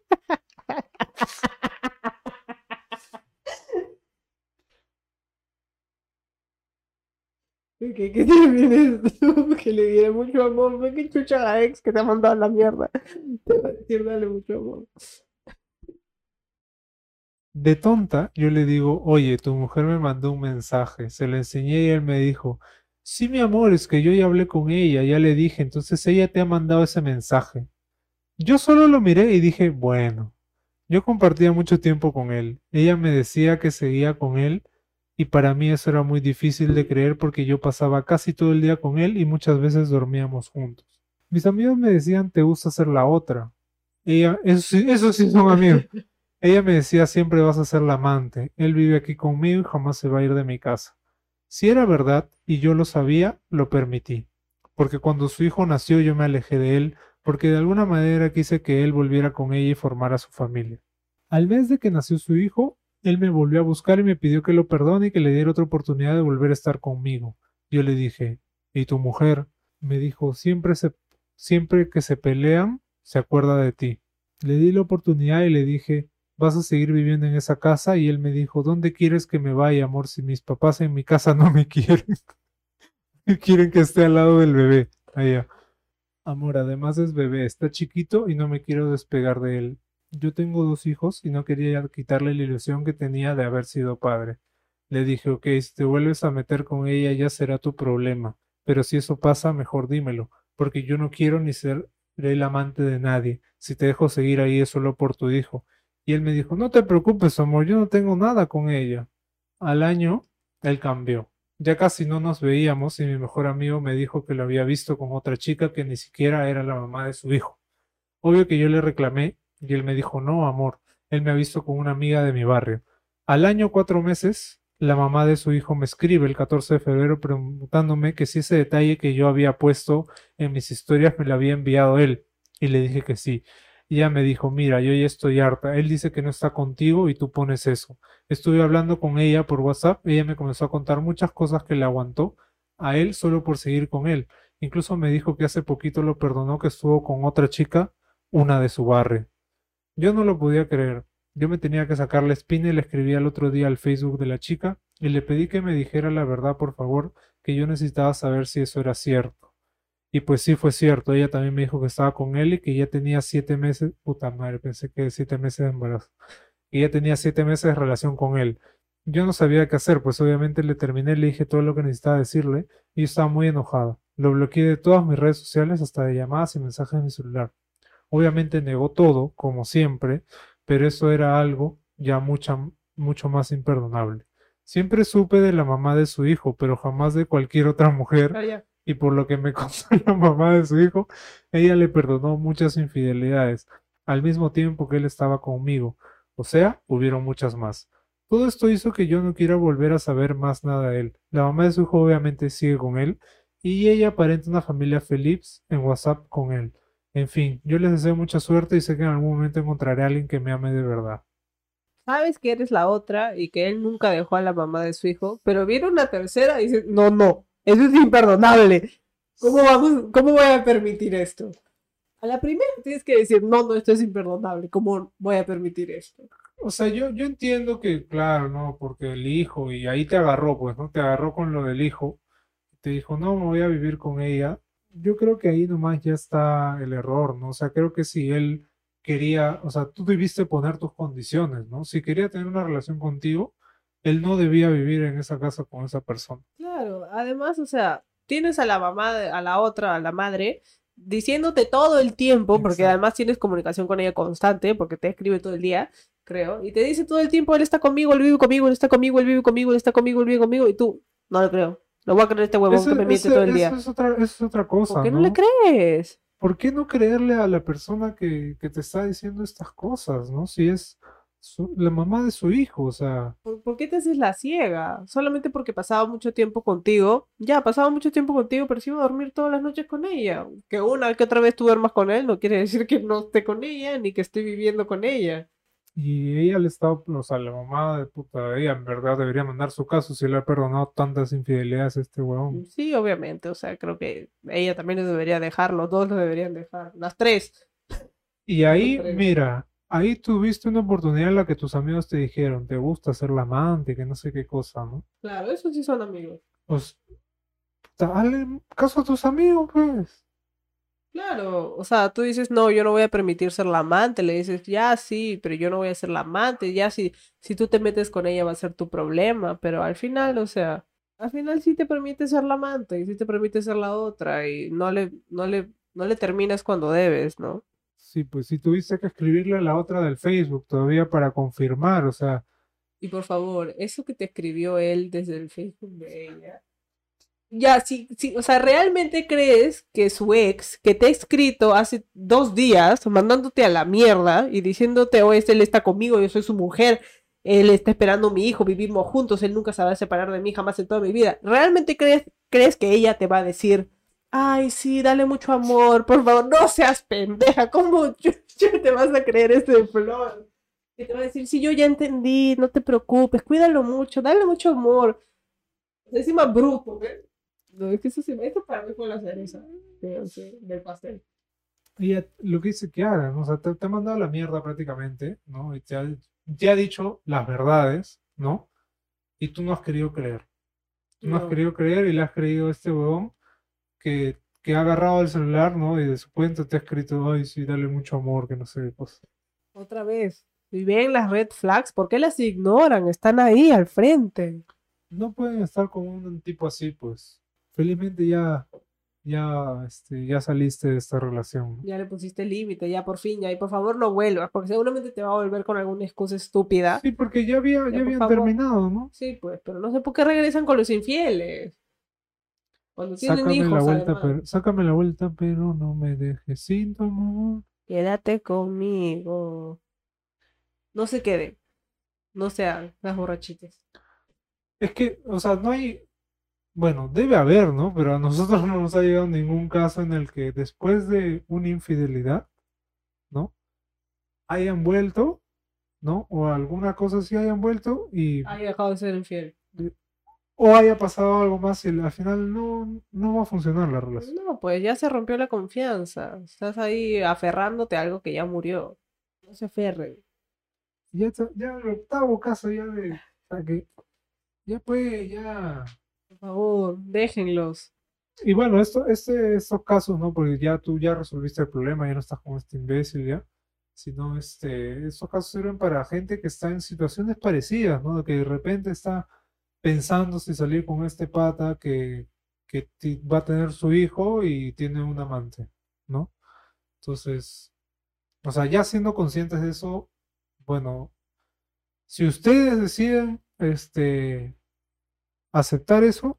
¿Qué, qué tienes tú? Que le diera mucho amor. Ve que chucha la ex que te ha mandado a la mierda. Te va a decir, dale mucho amor. De tonta, yo le digo, oye, tu mujer me mandó un mensaje, se lo enseñé y él me dijo, sí, mi amor, es que yo ya hablé con ella, ya le dije, entonces ella te ha mandado ese mensaje. Yo solo lo miré y dije, bueno, yo compartía mucho tiempo con él, ella me decía que seguía con él y para mí eso era muy difícil de creer porque yo pasaba casi todo el día con él y muchas veces dormíamos juntos. Mis amigos me decían, te gusta ser la otra. Ella, eso sí, eso sí son amigos. Ella me decía siempre vas a ser la amante, él vive aquí conmigo y jamás se va a ir de mi casa. Si era verdad y yo lo sabía, lo permití, porque cuando su hijo nació yo me alejé de él, porque de alguna manera quise que él volviera con ella y formara su familia. Al mes de que nació su hijo, él me volvió a buscar y me pidió que lo perdone y que le diera otra oportunidad de volver a estar conmigo. Yo le dije, ¿y tu mujer? Me dijo, siempre se, siempre que se pelean, se acuerda de ti. Le di la oportunidad y le dije, vas a seguir viviendo en esa casa y él me dijo, ¿dónde quieres que me vaya, amor? Si mis papás en mi casa no me quieren, quieren que esté al lado del bebé. Allá. Amor, además es bebé, está chiquito y no me quiero despegar de él. Yo tengo dos hijos y no quería quitarle la ilusión que tenía de haber sido padre. Le dije, ok, si te vuelves a meter con ella ya será tu problema, pero si eso pasa, mejor dímelo, porque yo no quiero ni ser el amante de nadie. Si te dejo seguir ahí es solo por tu hijo. Y él me dijo, no te preocupes, amor, yo no tengo nada con ella. Al año, él cambió. Ya casi no nos veíamos y mi mejor amigo me dijo que lo había visto con otra chica que ni siquiera era la mamá de su hijo. Obvio que yo le reclamé y él me dijo, no, amor, él me ha visto con una amiga de mi barrio. Al año cuatro meses, la mamá de su hijo me escribe el catorce de febrero preguntándome que si ese detalle que yo había puesto en mis historias me lo había enviado él. Y le dije que sí. Y ella me dijo, mira, yo ya estoy harta. Él dice que no está contigo y tú pones eso. Estuve hablando con ella por WhatsApp. Ella me comenzó a contar muchas cosas que le aguantó a él solo por seguir con él. Incluso me dijo que hace poquito lo perdonó que estuvo con otra chica, una de su barrio. Yo no lo podía creer. Yo me tenía que sacar la espina y le escribí al otro día al Facebook de la chica y le pedí que me dijera la verdad, por favor, que yo necesitaba saber si eso era cierto. Y pues sí fue cierto, ella también me dijo que estaba con él y que ya tenía siete meses, puta madre, pensé que siete meses de embarazo, que ya tenía siete meses de relación con él. Yo no sabía qué hacer, pues obviamente le terminé, le dije todo lo que necesitaba decirle y yo estaba muy enojada. Lo bloqueé de todas mis redes sociales, hasta de llamadas y mensajes de mi celular. Obviamente negó todo, como siempre, pero eso era algo ya mucha, mucho más imperdonable. Siempre supe de la mamá de su hijo, pero jamás de cualquier otra mujer, Ah, ya. y por lo que me contó la mamá de su hijo, ella le perdonó muchas infidelidades, al mismo tiempo que él estaba conmigo. O sea, hubieron muchas más. Todo esto hizo que yo no quiera volver a saber más nada de él. La mamá de su hijo obviamente sigue con él, y ella aparenta una familia feliz en WhatsApp con él. En fin, yo les deseo mucha suerte y sé que en algún momento encontraré a alguien que me ame de verdad. Sabes que eres la otra y que él nunca dejó a la mamá de su hijo, pero viene una tercera y dice, no, no, eso es imperdonable. ¿Cómo vamos, cómo voy a permitir esto? A la primera tienes que decir, no, no, esto es imperdonable. ¿Cómo voy a permitir esto? O sea, yo, yo entiendo que, claro, no, porque el hijo, y ahí te agarró, pues, ¿no? Te agarró con lo del hijo, te dijo, no, me voy a vivir con ella. Yo creo que ahí nomás ya está el error, ¿no? O sea, creo que si él quería, o sea, tú debiste poner tus condiciones, ¿no? Si quería tener una relación contigo, él no debía vivir en esa casa con esa persona. Claro, además, o sea, tienes a la mamá, de- a la otra, a la madre, diciéndote todo el tiempo, porque Exacto. además tienes comunicación con ella constante, porque te escribe todo el día, creo, y te dice todo el tiempo, él está conmigo, él vive conmigo, él está conmigo, él vive conmigo, él está conmigo, él vive conmigo, y tú, no lo creo, lo voy a creer a este huevón Ese, que me miente todo ese, el eso día. es otra, eso es otra ¿Por cosa, qué no le ¿no? crees? ¿por qué no creerle a la persona que, que te está diciendo estas cosas, ¿no? Si es su- la mamá de su hijo, o sea, ¿Por, por qué te haces la ciega? Solamente porque pasaba mucho tiempo contigo. Ya, pasaba mucho tiempo contigo, pero si iba a dormir todas las noches con ella. Que una que otra vez tú duermas con él no quiere decir que no esté con ella, ni que esté viviendo con ella. y ella le estaba, o sea, la mamá de puta, ella en verdad debería mandar su caso si le ha perdonado tantas infidelidades a este huevón. Sí, obviamente, o sea, creo que ella también lo debería dejar, los dos lo deberían dejar, las tres, Y los ahí, tres. mira, ahí tuviste una oportunidad en la que tus amigos te dijeron, te gusta ser la amante, que no sé qué cosa, ¿no? Claro, esos sí son amigos. Pues, dale caso a tus amigos, pues. Claro, o sea, tú dices, no, yo no voy a permitir ser la amante, le dices, ya sí, pero yo no voy a ser la amante, ya si, si tú te metes con ella va a ser tu problema, pero al final, o sea, al final sí te permite ser la amante y sí te permite ser la otra y no le, no le, no le terminas cuando debes, ¿no? Sí, pues sí tuviste que escribirle a la otra del Facebook todavía para confirmar, o sea, Y por favor, eso que te escribió él desde el Facebook de ella. Ya, sí, sí, o sea, ¿realmente crees que su ex, que te ha escrito hace dos días, mandándote a la mierda y diciéndote, oh, él está conmigo, yo soy su mujer, él está esperando a mi hijo, vivimos juntos, él nunca se va a separar de mí jamás en toda mi vida? ¿Realmente crees, crees que ella te va a decir, ay, sí, dale mucho amor, por favor, no seas pendeja, ¿cómo yo, yo te vas a creer este flor? Que te va a decir, sí, yo ya entendí, no te preocupes, cuídalo mucho, dale mucho amor. Encima bruto, ¿eh? No, es que eso, sí, eso para mí fue la cereza de- de- del pastel. ella lo que dice que haga, ¿no? O sea, te, te ha mandado a la mierda prácticamente, ¿no? Y te ha, te ha dicho las verdades, ¿no? Y tú no has querido creer. Tú no has No, querido creer y le has creído a este huevón que, que ha agarrado el celular, ¿no? Y de su cuenta te ha escrito, ay, sí, dale mucho amor, que no sé qué cosa. otra vez. Si ven las red flags, ¿por qué las ignoran? Están ahí al frente. No pueden estar con un tipo así, pues. Felizmente ya, ya, este, ya saliste de esta relación, ¿no? Ya le pusiste límite, ya por fin, ya, y por favor no vuelvas, porque seguramente te va a volver con alguna excusa estúpida. Sí, porque ya había, Ya, ya por habían favor. terminado, ¿no? Sí, pues, pero no sé por qué regresan con los infieles. Cuando tienen Sácame la hijos, vuelta, además. pero, sácame la vuelta, pero no me dejes sin tu amor. Quédate conmigo. No se queden, no sean las borrachitas. Es que, o sea, no hay, bueno, debe haber, ¿no? Pero a nosotros no nos ha llegado ningún caso en el que después de una infidelidad, ¿no? Hayan vuelto, ¿no? O alguna cosa así hayan vuelto y, Hay dejado de ser infiel. o haya pasado algo más y al final no, no va a funcionar la relación. No, pues ya se rompió la confianza. Estás ahí aferrándote a algo que ya murió. No se aferren. Y ya, está- ya el octavo caso ya de, o sea, que ya pues, ya. Por favor, déjenlos. Y bueno, esto, este, estos casos, ¿no? Porque ya tú ya resolviste el problema, ya no estás con este imbécil ya, sino este, estos casos sirven para gente que está en situaciones parecidas, ¿no? Que de repente está pensando si salir con este pata que, que ti- va a tener su hijo y tiene un amante, ¿no? Entonces, o sea, ya siendo conscientes de eso, bueno, si ustedes deciden, este, aceptar eso,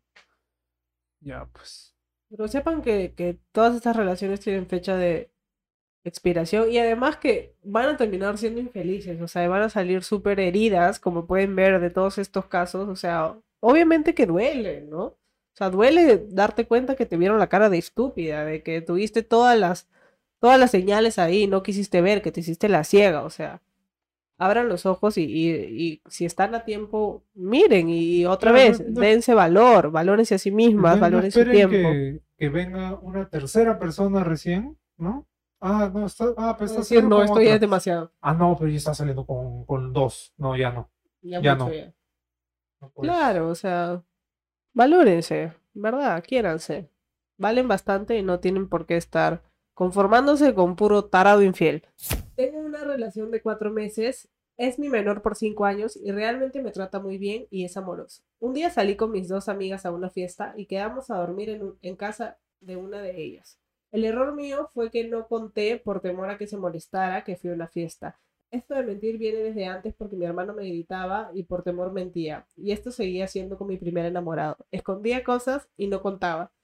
ya pues. Pero sepan que, que todas estas relaciones tienen fecha de expiración y además que van a terminar siendo infelices. O sea, van a salir súper heridas, como pueden ver de todos estos casos. O sea, obviamente que duele, ¿no? O sea, duele darte cuenta que te vieron la cara de estúpida, de que tuviste todas las, todas las señales ahí, no quisiste ver, que te hiciste la ciega. O sea, abran los ojos y, y, y si están a tiempo, miren y otra Claro, no, vez, no dense valor, valórense a sí mismas, No, no valoren su esperen tiempo. que, que venga una tercera persona recién, ¿no? Ah, no, está, ah, pero No está decir, saliendo no, con esto ya es otra. demasiado, Ah, no, pero ya está saliendo con, con dos. No, ya no. ya Ya mucho no. ya. No puedes. Claro, o sea, valórense, ¿verdad? Quiéranse. Valen bastante y no tienen por qué estar conformándose con puro tarado infiel. Tengo una relación de cuatro meses, es mi menor por cinco años y realmente me trata muy bien y es amoroso. Un día salí con mis dos amigas a una fiesta y quedamos a dormir en, un- en casa de una de ellas. El error mío fue que no conté por temor a que se molestara que fui a una fiesta. Esto de mentir viene desde antes porque mi hermano me gritaba y por temor mentía. Y esto seguía siendo con mi primer enamorado. Escondía cosas y no contaba.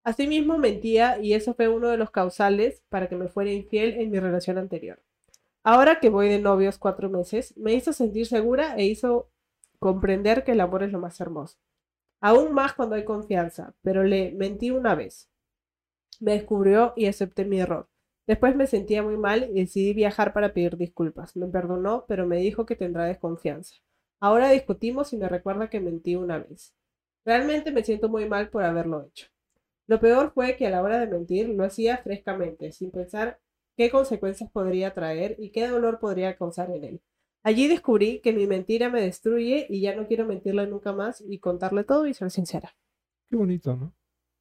Asimismo mentía y eso fue uno de los causales para que me fuera infiel en mi relación anterior. Ahora que voy de novios cuatro meses, me hizo sentir segura e hizo comprender que el amor es lo más hermoso. Aún más cuando hay confianza, pero le mentí una vez. Me descubrió y acepté mi error. Después me sentía muy mal y decidí viajar para pedir disculpas. Me perdonó, pero me dijo que tendrá desconfianza. Ahora discutimos y me recuerda que mentí una vez. Realmente me siento muy mal por haberlo hecho. Lo peor fue que a la hora de mentir lo hacía frescamente, sin pensar qué consecuencias podría traer y qué dolor podría causar en él. Allí descubrí que mi mentira me destruye y ya no quiero mentirle nunca más y contarle todo y ser sincera. Qué bonito, ¿no?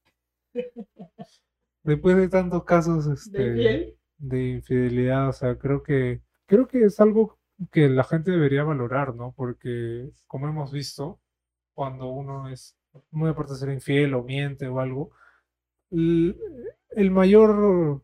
Después de tantos casos, ¿De este, infiel? de infidelidad, o sea, creo que, creo que es algo que la gente debería valorar, ¿no? Porque, como hemos visto, cuando uno es, muy aparte de ser infiel o miente o algo, el, el mayor,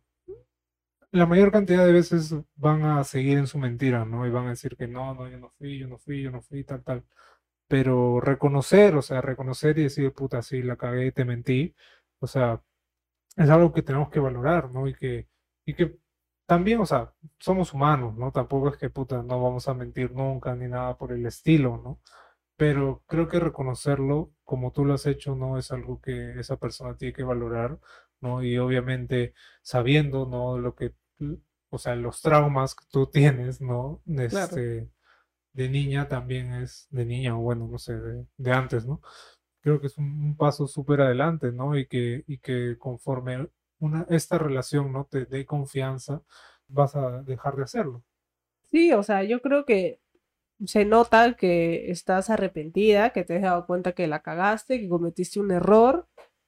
la mayor cantidad de veces van a seguir en su mentira, ¿no? Y van a decir que no, no, yo no fui, yo no fui, yo no fui, tal, tal. Pero reconocer, o sea, reconocer y decir, puta, sí, la cagué, te mentí, o sea, es algo que tenemos que valorar, ¿no? Y que, y que también, o sea, somos humanos, ¿no? Tampoco es que, puta, no vamos a mentir nunca ni nada por el estilo, ¿no? Pero creo que reconocerlo como tú lo has hecho no es algo que esa persona tiene que valorar, ¿no? Y obviamente sabiendo, ¿no? Lo que, o sea, los traumas que tú tienes, ¿no? Claro. Este, de niña también es, de niña, o bueno, no sé, de, de antes, ¿no? Creo que es un, un paso súper adelante, ¿no? Y que, y que conforme una, esta relación no te dé confianza, vas a dejar de hacerlo. Sí, o sea, yo creo que se nota que estás arrepentida, que te has dado cuenta que la cagaste, que cometiste un error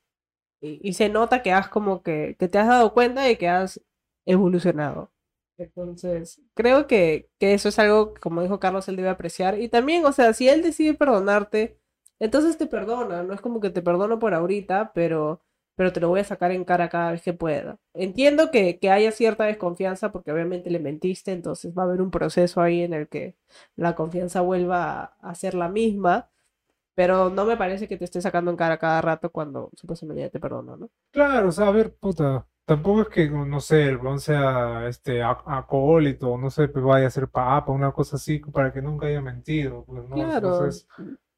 y, y se nota que has como que, que te has dado cuenta de que has evolucionado. Entonces, creo que, que eso es algo que, como dijo Carlos, él debe apreciar. Y también, o sea, si él decide perdonarte, entonces te perdona. No es como que te perdono por ahorita, pero, pero te lo voy a sacar en cara cada vez que pueda. Entiendo que, que haya cierta desconfianza porque obviamente le mentiste, entonces va a haber un proceso ahí en el que la confianza vuelva a, a ser la misma. Pero no me parece que te esté sacando en cara cada rato cuando supuestamente ya te perdono, ¿no? Claro, o sea, a ver, puta, tampoco es que, no sé, el weón sea este, a- acólito, no sé, pues vaya a ser papa, una cosa así, para que nunca haya mentido, pues, ¿no? Claro, Entonces,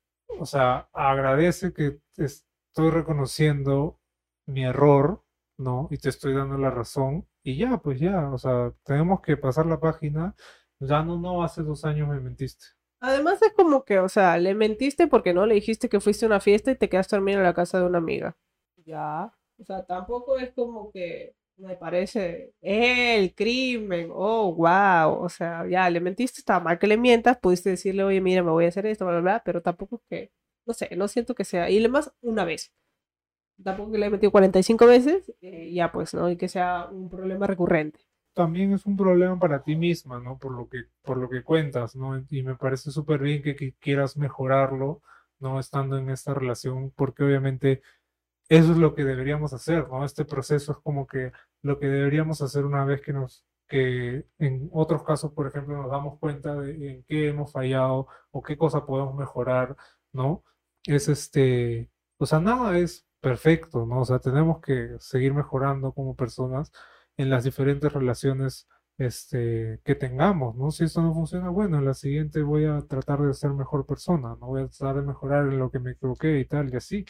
o sea, agradece que te estoy reconociendo mi error, ¿no? Y te estoy dando la razón, y ya, pues ya, o sea, tenemos que pasar la página, ya no, no, hace dos años me mentiste. además es como que, o sea, le mentiste porque no le dijiste que fuiste a una fiesta y te quedaste dormido en la casa de una amiga. Ya. O sea, tampoco es como que me parece "Eh, el crimen, oh, wow. O sea, ya le mentiste, estaba mal que le mientas, pudiste decirle, oye, mira, me voy a hacer esto, bla, bla, bla, pero tampoco es que, no sé, no siento que sea, y le más una vez. Tampoco que le he metido cuarenta y cinco veces, eh, ya pues, ¿no? Y que sea un problema recurrente. También es un problema para ti misma, ¿no? Por lo que, por lo que cuentas, ¿no? Y me parece súper bien que, que quieras mejorarlo, ¿no? Estando en esta relación, porque obviamente eso es lo que deberíamos hacer, ¿no? Este proceso es como que lo que deberíamos hacer una vez que nos, que en otros casos, por ejemplo, nos damos cuenta de en qué hemos fallado o qué cosa podemos mejorar, ¿no? Es este, o sea, nada es perfecto, ¿no? O sea, tenemos que seguir mejorando como personas en las diferentes relaciones, este, que tengamos, ¿no? Si esto no funciona, bueno, en la siguiente voy a tratar de ser mejor persona, ¿no? Voy a tratar de mejorar en lo que me equivoqué y tal, y así.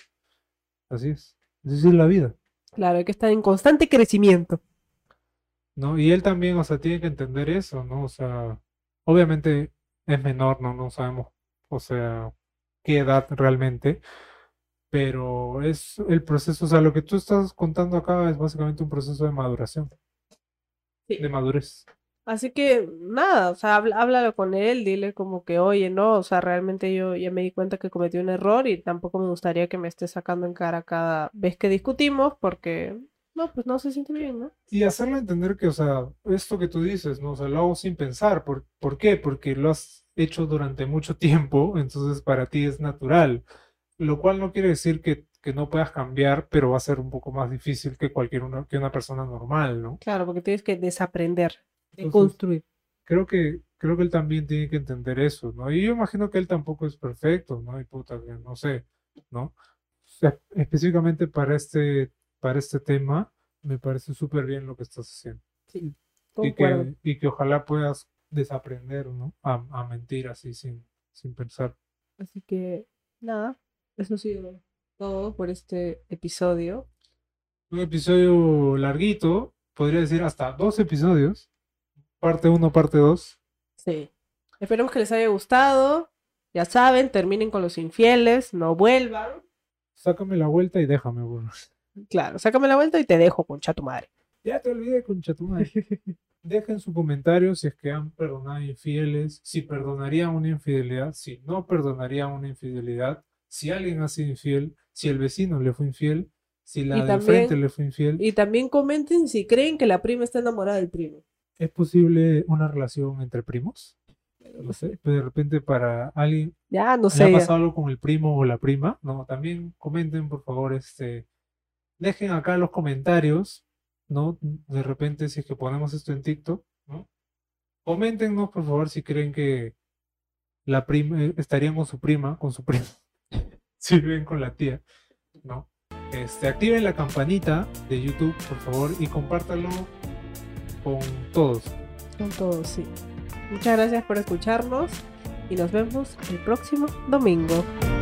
Así es. Así es la vida, Claro, hay que estar en constante crecimiento. ¿no? Y él también, o sea, tiene que entender eso, ¿no? O sea, obviamente es menor, ¿no? No sabemos, o sea, qué edad realmente, pero es el proceso, o sea, lo que tú estás contando acá es básicamente un proceso de maduración, de Sí. madurez. Así que nada, o sea, habla- háblalo con él, dile como que, oye, no, o sea, realmente yo ya me di cuenta que cometí un error y tampoco me gustaría que me esté sacando en cara cada vez que discutimos porque, no, pues no se siente bien, ¿no? Y hacerle entender que, o sea, esto que tú dices, ¿no? O sea, lo hago sin pensar. ¿Por, por qué? Porque lo has hecho durante mucho tiempo, entonces para ti es natural. Lo cual no quiere decir que, que no puedas cambiar, pero va a ser un poco más difícil que cualquier una, que una persona normal, ¿no? Claro, porque tienes que desaprender, de Entonces, construir. creo que, creo que él también tiene que entender eso, ¿no? Y yo imagino que él tampoco es perfecto, ¿no? Y puta, que no sé, ¿no? O sea, específicamente para este, para este tema, me parece súper bien lo que estás haciendo. Sí, Y concuerdo. que, y que ojalá puedas desaprender, ¿no? A, a mentir así sin, sin pensar. Así que, nada, eso ha sido todo por este episodio. Un episodio larguito, podría decir hasta dos episodios, parte uno, parte dos. Sí. Esperemos que les haya gustado. Ya saben, terminen con los infieles, no vuelvan. Sácame la vuelta y déjame, bueno. Claro, sácame la vuelta y te dejo, concha tu madre. Ya te olvidé, concha tu madre. Dejen su comentario si es que han perdonado infieles, si perdonarían una infidelidad, si no perdonarían una infidelidad, si alguien ha sido infiel, si el vecino le fue infiel, si la Y del frente también, le fue infiel. y también comenten si creen que la prima está enamorada del primo. ¿Es posible una relación entre primos? Pero No no sé, sé. pero de repente para alguien Ya, no le ha sé, ya. pasado algo con el primo o la prima, ¿no? También comenten, por favor, este, dejen acá los comentarios, ¿no? De repente si es que ponemos esto en TikTok, ¿no? Coméntenos, por favor, si creen que la prima eh, estarían con su prima, con su prima, si viven con la tía, ¿no? Este, activen la campanita de YouTube, por favor, y compártanlo con todos. Con todo, sí. Muchas gracias por escucharnos y nos vemos el próximo domingo.